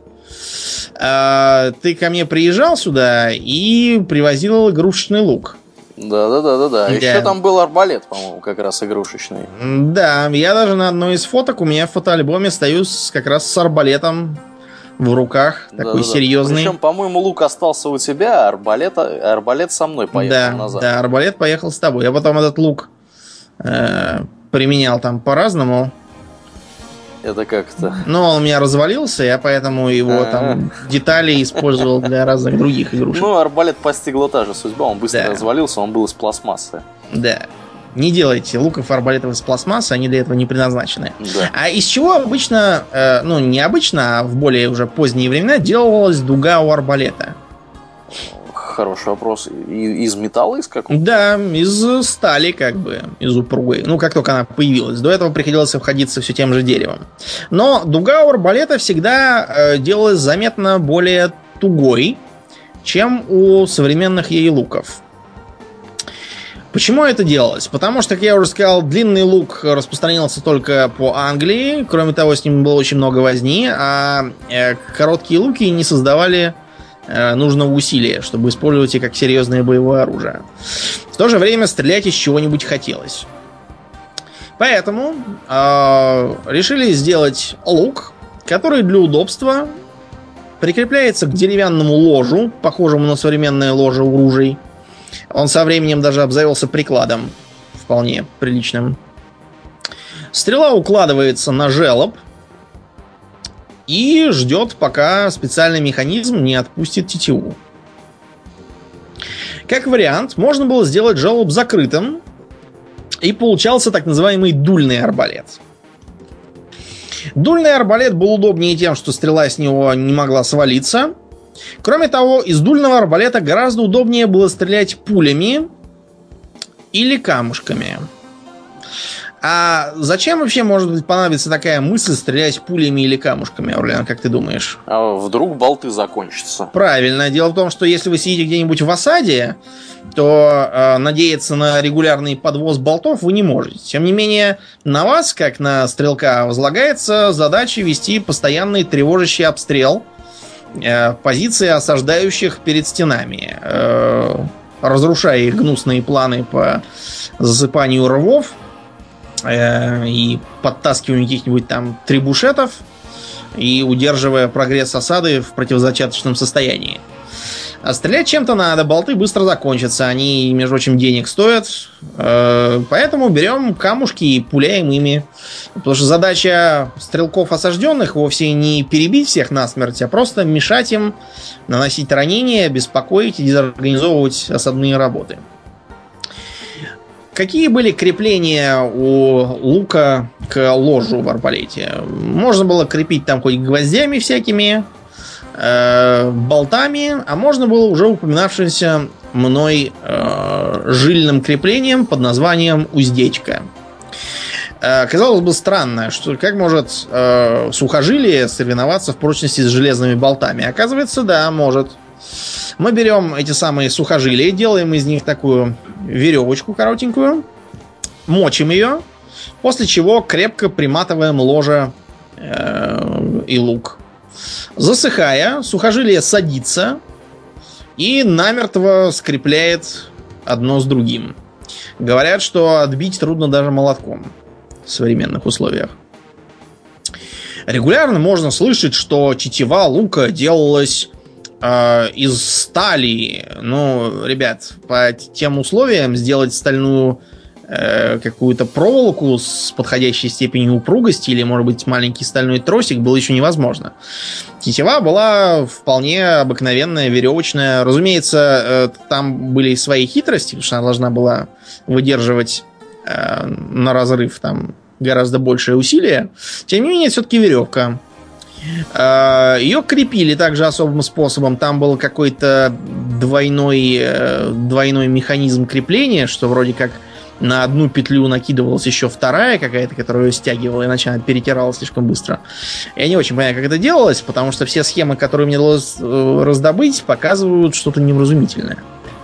Э, ты ко мне приезжал сюда и привозил игрушечный лук. Да-да-да-да-да. Еще там был арбалет, по-моему, как раз игрушечный. Да, я даже на одной из фоток у меня в фотоальбоме стою с, как раз с арбалетом в руках, такой Да-да-да. серьезный. Причем, по-моему, лук остался у тебя, а арбалет, арбалет со мной поехал да, назад. Да, арбалет поехал с тобой. Я потом этот лук э, применял там по-разному. Это как-то... Но он у меня развалился, я поэтому его там детали использовал для разных других игрушек. Ну, арбалет постигла та же судьба, он быстро Да. развалился, он был из пластмассы. Да. Не делайте луков и арбалетов из пластмассы, они для этого не предназначены. Да. А из чего обычно, э, ну не обычно, а в более уже поздние времена делалась дуга у арбалета? Хороший вопрос. И, из металла, из какого? Да, из стали, как бы, из упругой. Ну, как только она появилась. До этого приходилось обходиться все тем же деревом. Но дуга у арбалета всегда э, делалась заметно более тугой, чем у современных ей луков. Почему это делалось? Потому что, как я уже сказал, длинный лук распространился только по Англии. Кроме того, с ним было очень много возни, а э, короткие луки не создавали нужного усилия, чтобы использовать их как серьезное боевое оружие. В то же время стрелять из чего-нибудь хотелось. Поэтому э, решили сделать лук, который для удобства прикрепляется к деревянному ложу, похожему на современное ложе у ружей. Он со временем даже обзавелся прикладом, вполне приличным. Стрела укладывается на желоб и ждет, пока специальный механизм не отпустит тетиву. Как вариант, можно было сделать желоб закрытым, и получался так называемый дульный арбалет. Дульный арбалет был удобнее тем, что стрела с него не могла свалиться. Кроме того, из дульного арбалета гораздо удобнее было стрелять пулями или камушками. А зачем вообще может быть понадобиться такая мысль стрелять пулями или камушками, Аурлиан, как ты думаешь? А вдруг болты закончатся? Правильно. Дело в том, что если вы сидите где-нибудь в осаде, то э, надеяться на регулярный подвоз болтов вы не можете. Тем не менее, на вас, как на стрелка, возлагается задача вести постоянный тревожащий обстрел э, позиции осаждающих перед стенами, э, разрушая их гнусные планы по засыпанию рвов и подтаскиванию каких-нибудь там трибушетов и удерживая прогресс осады в противозачаточном состоянии. А стрелять чем-то надо, болты быстро закончатся, они, между прочим, денег стоят, поэтому берем камушки и пуляем ими. Потому что задача стрелков осажденных вовсе не перебить всех насмерть, а просто мешать им наносить ранения, беспокоить и дезорганизовывать осадные работы. Какие были крепления у лука к ложу в арбалете? Можно было крепить там хоть гвоздями всякими, э, болтами, а можно было уже упоминавшимся мной э, жильным креплением под названием уздечка. Э, казалось бы, странно, что как может э, сухожилие соревноваться в прочности с железными болтами? Оказывается, да, может. Мы берем эти самые сухожилия, делаем из них такую веревочку коротенькую, мочим ее, после чего крепко приматываем ложе э, и лук. Засыхая, сухожилие садится и намертво скрепляет одно с другим. Говорят, что отбить трудно даже молотком в современных условиях. Регулярно можно слышать, что тетива лука делалась из стали. Ну, ребят, по тем условиям сделать стальную э, какую-то проволоку с подходящей степенью упругости или, может быть, маленький стальной тросик было еще невозможно. Тетива была вполне обыкновенная, веревочная. Разумеется, э, там были свои хитрости, потому что она должна была выдерживать э, на разрыв там гораздо большее усилие. Тем не менее, все-таки веревка. Ее крепили также особым способом. Там был какой-то двойной, двойной механизм крепления, что вроде как на одну петлю накидывалась еще вторая какая-то, которая ее стягивала, иначе она перетирала слишком быстро. Я не очень понимаю, как это делалось, потому что все схемы, которые мне удалось раздобыть, показывают что-то невразумительное.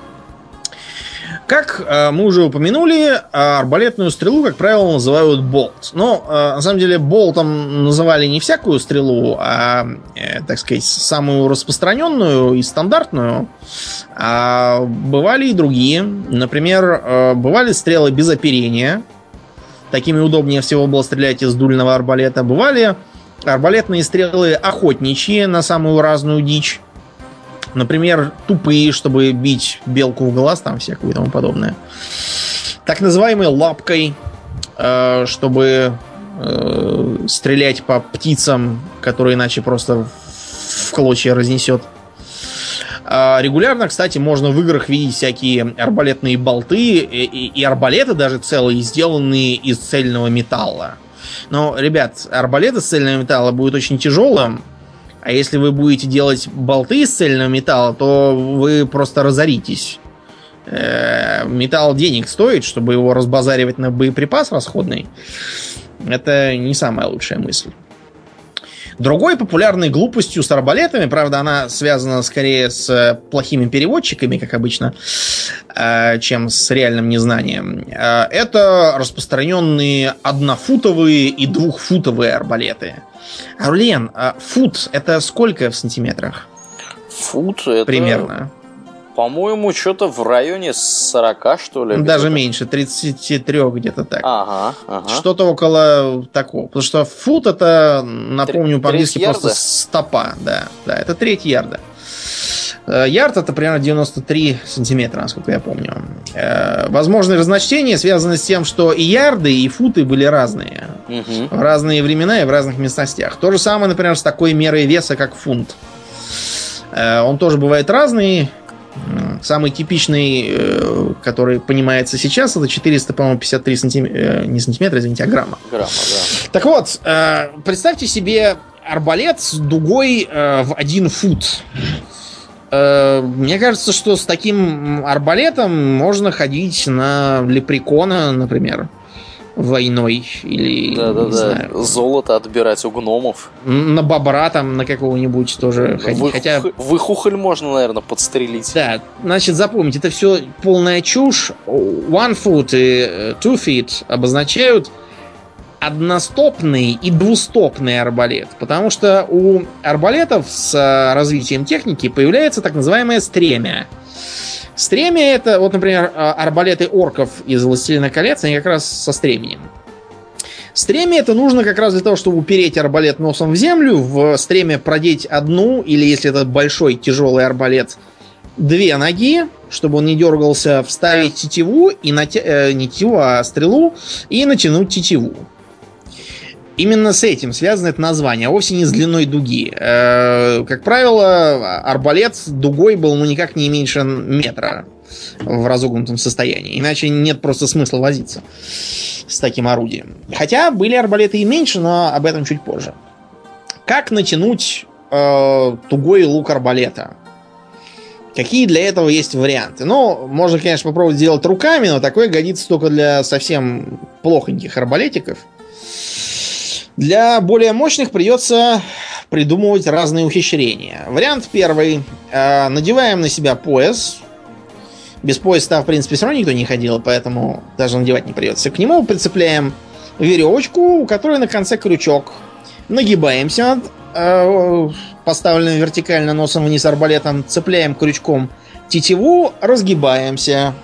Как э, мы уже упомянули, арбалетную стрелу, как правило, называют болт. Но, э, на самом деле, болтом называли не всякую стрелу, а, э, так сказать, самую распространенную и стандартную. А бывали и другие. Например, э, бывали стрелы без оперения. Такими удобнее всего было стрелять из дульного арбалета. Бывали арбалетные стрелы охотничьи на самую разную дичь. Например, тупые, чтобы бить белку в глаз, там всякое и тому подобное. Так называемой лапкой, э, чтобы э, стрелять по птицам, которые иначе просто в клочья разнесет. А регулярно, кстати, можно в играх видеть всякие арбалетные болты и, и, и арбалеты даже целые, сделанные из цельного металла. Но, ребят, арбалет из цельного металла будет очень тяжелым. А если вы будете делать болты из цельного металла, то вы просто разоритесь. Э-э, металл денег стоит, чтобы его разбазаривать на боеприпас расходный. Это не самая лучшая мысль. Другой популярной глупостью с арбалетами, правда, она связана скорее с плохими переводчиками, как обычно, чем с реальным незнанием, это распространенные однофутовые и двухфутовые арбалеты. Аурлиен, фут это сколько в сантиметрах? Фут это... Примерно. По-моему, что-то в районе сорока, что ли. Даже меньше, тридцать три где-то так. Ага, ага. Что-то около такого. Потому что фут это, напомню, по-английски просто ярда? стопа. Да, да, это треть ярда. Ярд это примерно девяносто три сантиметра, насколько я помню. Возможные разночтения связаны с тем, что и ярды, и футы были разные. Угу. В разные времена и в разных местностях. То же самое, например, с такой мерой веса, как фунт. Он тоже бывает разный. Самый типичный, который понимается сейчас, это четыреста пятьдесят три сантиметра, не сантиметра, извините, а грамма. Грамма, да. Так вот, представьте себе арбалет с дугой в один фут. Мне кажется, что с таким арбалетом можно ходить на лепрекона, например, войной или да, да, не да. знаю, золото отбирать у гномов. На бобра там, на какого-нибудь тоже ходить. Вы, Хотя... Выхухоль можно, наверное, подстрелить. Да, значит, запомните, это все полная чушь. One foot и two feet обозначают одностопный и двустопный арбалет. Потому что у арбалетов с развитием техники появляется так называемое стремя. Стремя это, вот, например, арбалеты орков из «Властелина колец», они как раз со стременем. Стремя это нужно как раз для того, чтобы упереть арбалет носом в землю, в стремя продеть одну, или если это большой тяжелый арбалет, две ноги, чтобы он не дергался, вставить тетиву, и натя... э, не тетиву, а стрелу, и натянуть тетиву. Именно с этим связано это название, а вовсе не с длиной дуги. Э, как правило, арбалет с дугой был ну никак не меньше метра в разогнутом состоянии. Иначе нет просто смысла возиться с таким орудием. Хотя были арбалеты и меньше, но об этом чуть позже. Как натянуть э, тугой лук арбалета? Какие для этого есть варианты? Ну, можно, конечно, попробовать сделать руками, но такое годится только для совсем плохоньких арбалетиков. Для более мощных придется придумывать разные ухищрения. Вариант первый. Э, надеваем на себя пояс. Без пояса, в принципе, все равно никто не ходил, поэтому даже надевать не придется. К нему прицепляем веревочку, у которой на конце крючок. Нагибаемся, э, поставленным вертикально носом вниз арбалетом, цепляем крючком тетиву, разгибаемся.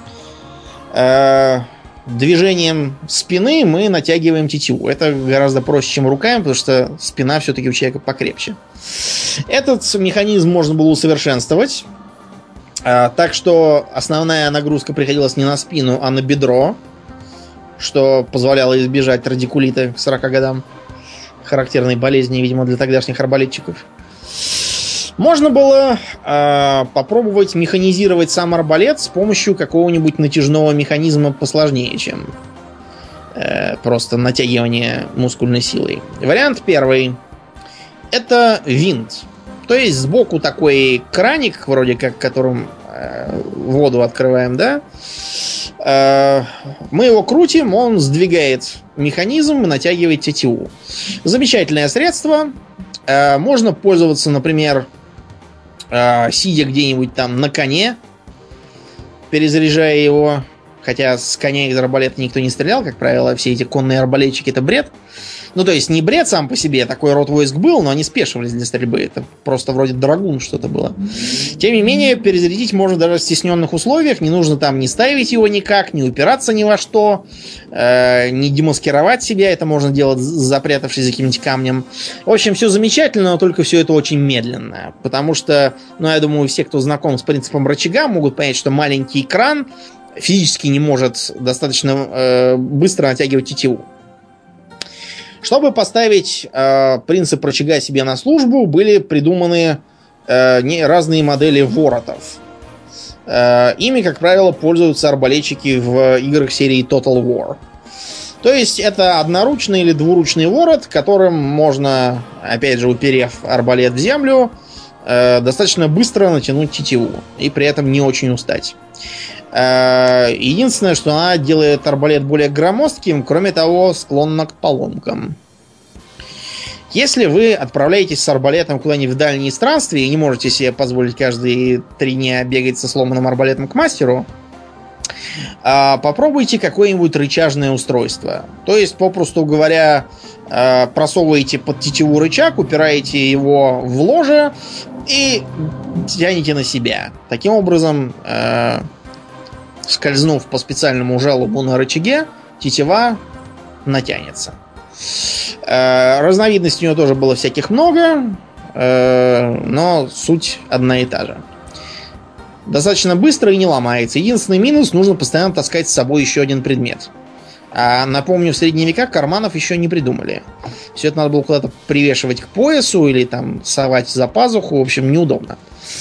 Э, Движением спины мы натягиваем тетиву. Это гораздо проще, чем руками, потому что спина все-таки у человека покрепче. Этот механизм можно было усовершенствовать. Так что основная нагрузка приходилась не на спину, а на бедро, что позволяло избежать радикулита к сорока годам. Характерной болезни, видимо, для тогдашних арбалетчиков. Можно было э, попробовать механизировать сам арбалет с помощью какого-нибудь натяжного механизма посложнее, чем э, просто натягивание мускульной силой. Вариант первый. это винт. То есть сбоку такой краник, вроде как, которым э, воду открываем, да? Э, мы его крутим, он сдвигает механизм и натягивает тетиву. Замечательное средство. Э, можно пользоваться, например, э, сидя где-нибудь там на коне, перезаряжая его. Хотя с коня из арбалета никто не стрелял, как правило, все эти конные арбалетчики — это бред. Ну, то есть не бред сам по себе, такой род войск был, но они спешивались для стрельбы. Это просто вроде драгун что-то было. Тем не менее, перезарядить можно даже в стесненных условиях. Не нужно там не ставить его никак, не упираться ни во что, э, не демаскировать себя. Это можно делать, запрятавшись за каким-нибудь камнем. В общем, все замечательно, но только все это очень медленно. Потому что, ну, я думаю, все, кто знаком с принципом рычага, могут понять, что маленький кран физически не может достаточно э, быстро натягивать тетиву. Чтобы поставить э, принцип рычага себе на службу, были придуманы э, не, разные модели воротов. Э, ими, как правило, пользуются арбалетчики в играх серии Total War. То есть это одноручный или двуручный ворот, которым можно, опять же, уперев арбалет в землю, э, достаточно быстро натянуть тетиву и при этом не очень устать. Единственное, что она делает арбалет более громоздким, кроме того, склонна к поломкам. Если вы отправляетесь с арбалетом куда-нибудь в дальние странствия и не можете себе позволить каждые три дня бегать со сломанным арбалетом к мастеру, попробуйте какое-нибудь рычажное устройство. То есть, попросту говоря, просовываете под тетиву рычаг, упираете его в ложе и тянете на себя. Таким образом, скользнув по специальному желобу на рычаге, тетива натянется. Э, разновидностей у него тоже было всяких много, э, но суть одна и та же. Достаточно быстро и не ломается. Единственный минус — нужно постоянно таскать с собой еще один предмет. А напомню, в средние века карманов еще не придумали. Все это надо было куда-то привешивать к поясу или там совать за пазуху. В общем, неудобно.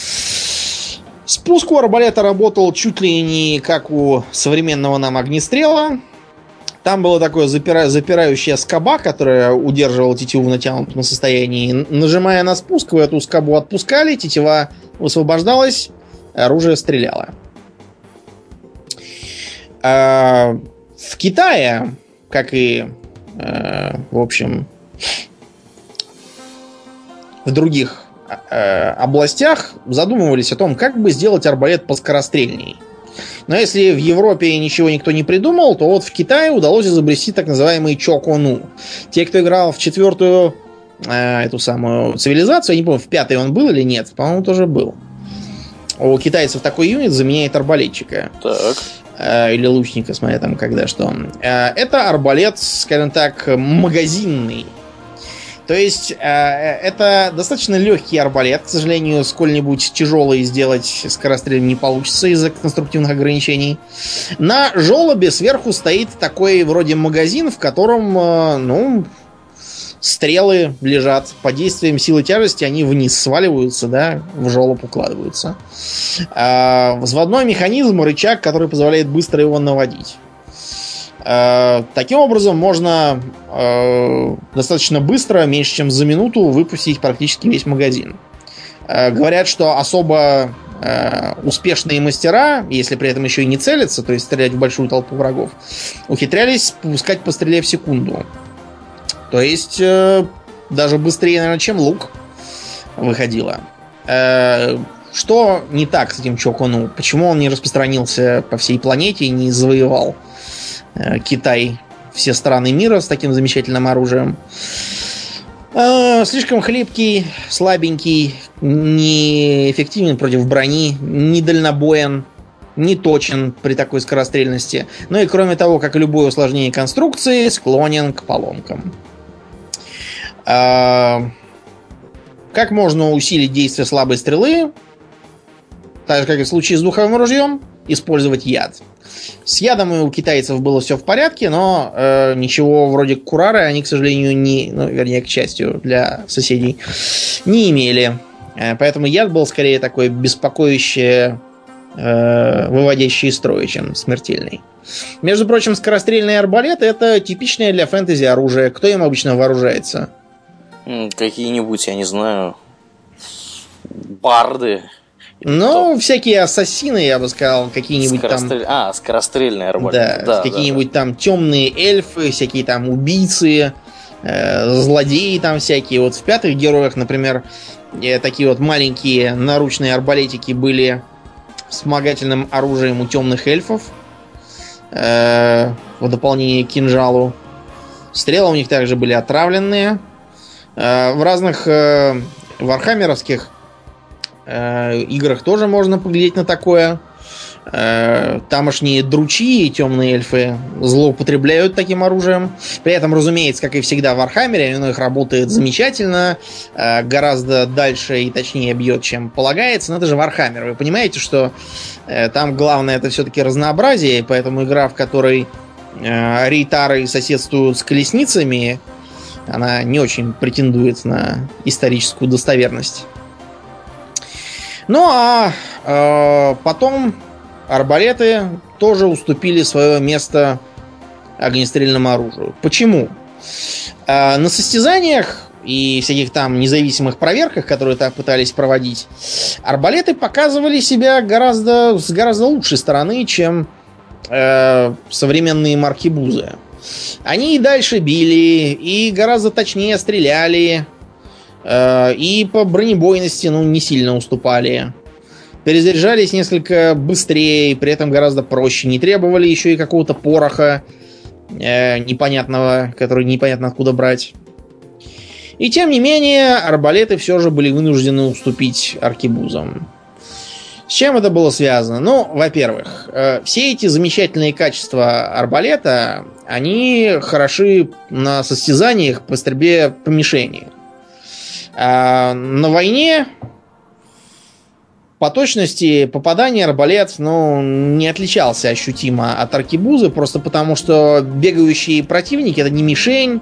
Спуск у арбалета работал чуть ли не как у современного нам огнестрела. Там была такая запира... запирающая скоба, которая удерживала тетиву в натянутом состоянии. Нажимая на спуск, вы эту скобу отпускали, тетива высвобождалась, оружие стреляло. А в Китае, как и, в общем, в других областях, задумывались о том, как бы сделать арбалет поскорострельней. Но если в Европе ничего никто не придумал, то вот в Китае удалось изобрести так называемый чокону. Те, кто играл в четвертую э, эту самую цивилизацию, я не помню, в пятой он был или нет, по-моему, тоже был. У китайцев такой юнит заменяет арбалетчика. Так. Э, или лучника, смотря там когда что. Э, это арбалет, скажем так, магазинный. То есть, э, это достаточно легкий арбалет. К сожалению, сколь-нибудь тяжелый сделать скорострельно не получится из-за конструктивных ограничений. На желобе сверху стоит такой вроде магазин, в котором, э, ну, стрелы лежат. Под действием силы тяжести они вниз сваливаются, да, в желоб укладываются. Э, взводной механизм, рычаг, который позволяет быстро его наводить. Таким образом, можно э, достаточно быстро, меньше чем за минуту, выпустить практически весь магазин. Э, говорят, что особо э, успешные мастера, если при этом еще и не целятся, то есть стрелять в большую толпу врагов, ухитрялись пускать по стреле в секунду. То есть э, даже быстрее, наверное, чем лук выходило. Э, что не так с этим чокону? Почему он не распространился по всей планете и не завоевал Китай, все страны мира с таким замечательным оружием? Э, слишком хлипкий, слабенький, неэффективен против брони, недальнобоен, не точен при такой скорострельности. Ну и кроме того, как и любое усложнение конструкции, склонен к поломкам. Э, как можно усилить действие слабой стрелы? Так же, как и в случае с духовым ружьем, использовать яд. С ядом у китайцев было все в порядке, но э, ничего вроде курары они, к сожалению, не, ну, вернее, к счастью для соседей, не имели. Э, поэтому яд был скорее такой беспокоящий, э, выводящий из строя, чем смертельный. Между прочим, скорострельные арбалеты — это типичное для фэнтези оружие. Кто им обычно вооружается? Какие-нибудь, я не знаю, барды. Ну, кто? Всякие ассасины, я бы сказал, какие-нибудь Скорострель... там... А, скорострельные арбалеты. Да, да, какие-нибудь да, да. там темные эльфы, всякие там убийцы, э, злодеи там всякие. Вот в пятых героях, например, э, такие вот маленькие наручные арбалетики были вспомогательным оружием у темных эльфов. Э, в дополнение к кинжалу. Стрелы у них также были отравленные. Э, в разных э, вархаммеровских э, играх тоже можно поглядеть на такое. Э, тамошние дручи и темные эльфы злоупотребляют таким оружием. При этом, разумеется, как и всегда в Вархаммере, оно их работает замечательно, э, гораздо дальше и точнее бьет, чем полагается. Но это же Вархаммер. Вы понимаете, что э, там главное это все-таки разнообразие, поэтому игра, в которой э, рейтары соседствуют с колесницами, она не очень претендует на историческую достоверность. Ну а э, потом арбалеты тоже уступили свое место огнестрельному оружию. Почему? Э, на состязаниях и всяких там независимых проверках, которые так пытались проводить, арбалеты показывали себя гораздо, с гораздо лучшей стороны, чем э, современные маркибузы. Они и дальше били, и гораздо точнее стреляли, э, и по бронебойности ну, не сильно уступали. Перезаряжались несколько быстрее, при этом гораздо проще. Не требовали еще и какого-то пороха э, непонятного, который непонятно откуда брать. И тем не менее, арбалеты все же были вынуждены уступить аркебузам. С чем это было связано? Ну, во-первых, э, все эти замечательные качества арбалета, они хороши на состязаниях по стрельбе по мишени. А на войне по точности попадания арбалет ну, не отличался ощутимо от аркебузы, просто потому что бегающие противники это не мишень,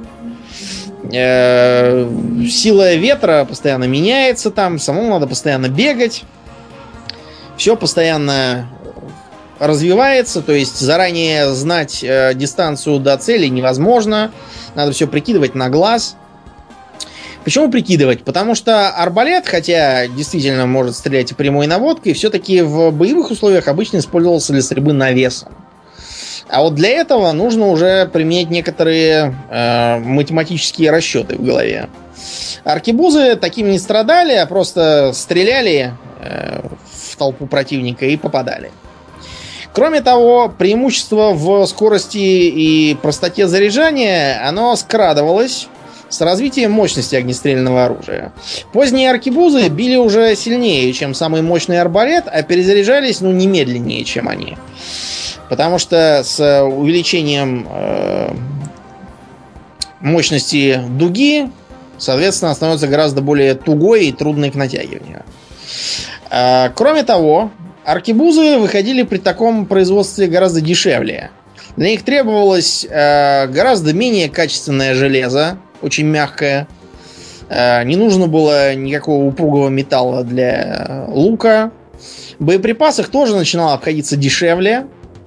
э, сила ветра постоянно меняется там, самому надо постоянно бегать, все постоянно развивается, то есть заранее знать э, дистанцию до цели невозможно, надо все прикидывать на глаз. Почему прикидывать? Потому что арбалет, хотя действительно может стрелять и прямой наводкой, все-таки в боевых условиях обычно использовался для стрельбы навесом. А вот для этого нужно уже применять некоторые э, математические расчеты в голове. Аркебузы таким не страдали, а просто стреляли э, в толпу противника и попадали. Кроме того, преимущество в скорости и простоте заряжания, оно скрадывалось с развитием мощности огнестрельного оружия. Поздние аркебузы били уже сильнее, чем самый мощный арбалет, а перезаряжались, ну, не медленнее, чем они. Потому что с увеличением э, мощности дуги, соответственно, становится гораздо более тугой и трудной к натягиванию. Э, кроме того, аркебузы выходили при таком производстве гораздо дешевле. Для них требовалось э, гораздо менее качественное железо, очень мягкое. Э, не нужно было никакого упругого металла для лука. В боеприпасах тоже начинало обходиться дешевле.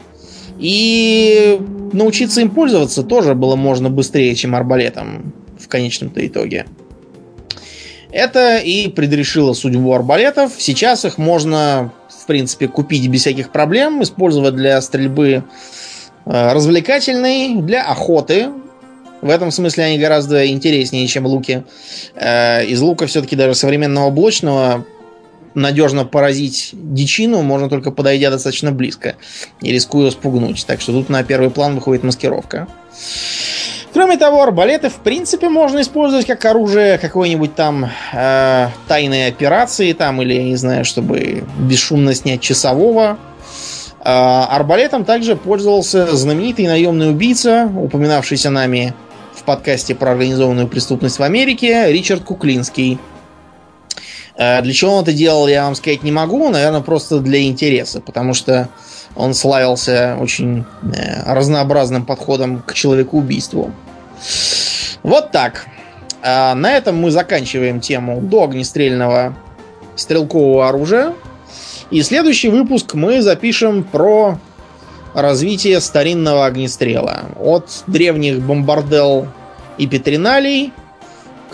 И научиться им пользоваться тоже было можно быстрее, чем арбалетом в конечном-то итоге. Это и предрешило судьбу арбалетов. Сейчас их можно, в принципе, купить без всяких проблем, использовать для стрельбы э, развлекательной, для охоты. В этом смысле они гораздо интереснее, чем луки. Э, из лука все-таки даже современного блочного надежно поразить дичину можно только подойдя достаточно близко и рискуя спугнуть. Так что тут на первый план выходит маскировка. Кроме того, арбалеты в принципе можно использовать как оружие какой-нибудь там э, тайной операции там, или, я не знаю, чтобы бесшумно снять часового. Э, арбалетом также пользовался знаменитый наемный убийца, упоминавшийся нами в подкасте про организованную преступность в Америке, Ричард Куклинский. Э, для чего он это делал, я вам сказать не могу, наверное, просто для интереса, потому что он славился очень э, разнообразным подходом к человекоубийству. Вот так. А на этом мы заканчиваем тему до огнестрельного стрелкового оружия. И следующий выпуск мы запишем про развитие старинного огнестрела. От древних бомбардел и петриналей к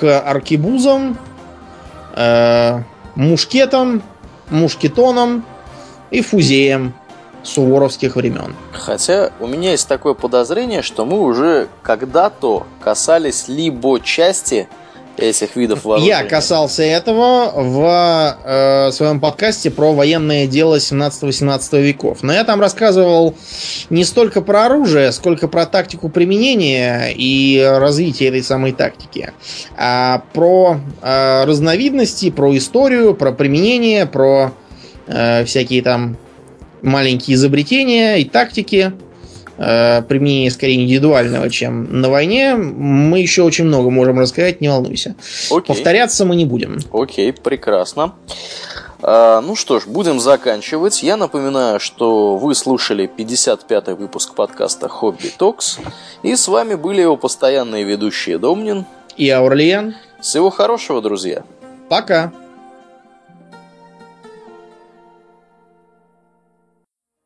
к аркебузам, э, мушкетам, мушкетонам и фузеям суворовских времен. Хотя у меня есть такое подозрение, что мы уже когда-то касались либо части этих видов вооружения. Я касался этого в э, своем подкасте про военное дело семнадцатого-восемнадцатого веков. Но я там рассказывал не столько про оружие, сколько про тактику применения и развитие этой самой тактики. А про э, разновидности, про историю, про применение, про э, всякие там маленькие изобретения и тактики. Применение скорее индивидуального, чем на войне. Мы еще очень много можем рассказать, не волнуйся. Окей. Повторяться мы не будем. Окей, прекрасно. А, ну что ж, будем заканчивать. Я напоминаю, что вы слушали пятьдесят пятый выпуск подкаста Hobby Talks. И с вами были его постоянные ведущие Домнин и Аурлиен. Всего хорошего, друзья. Пока.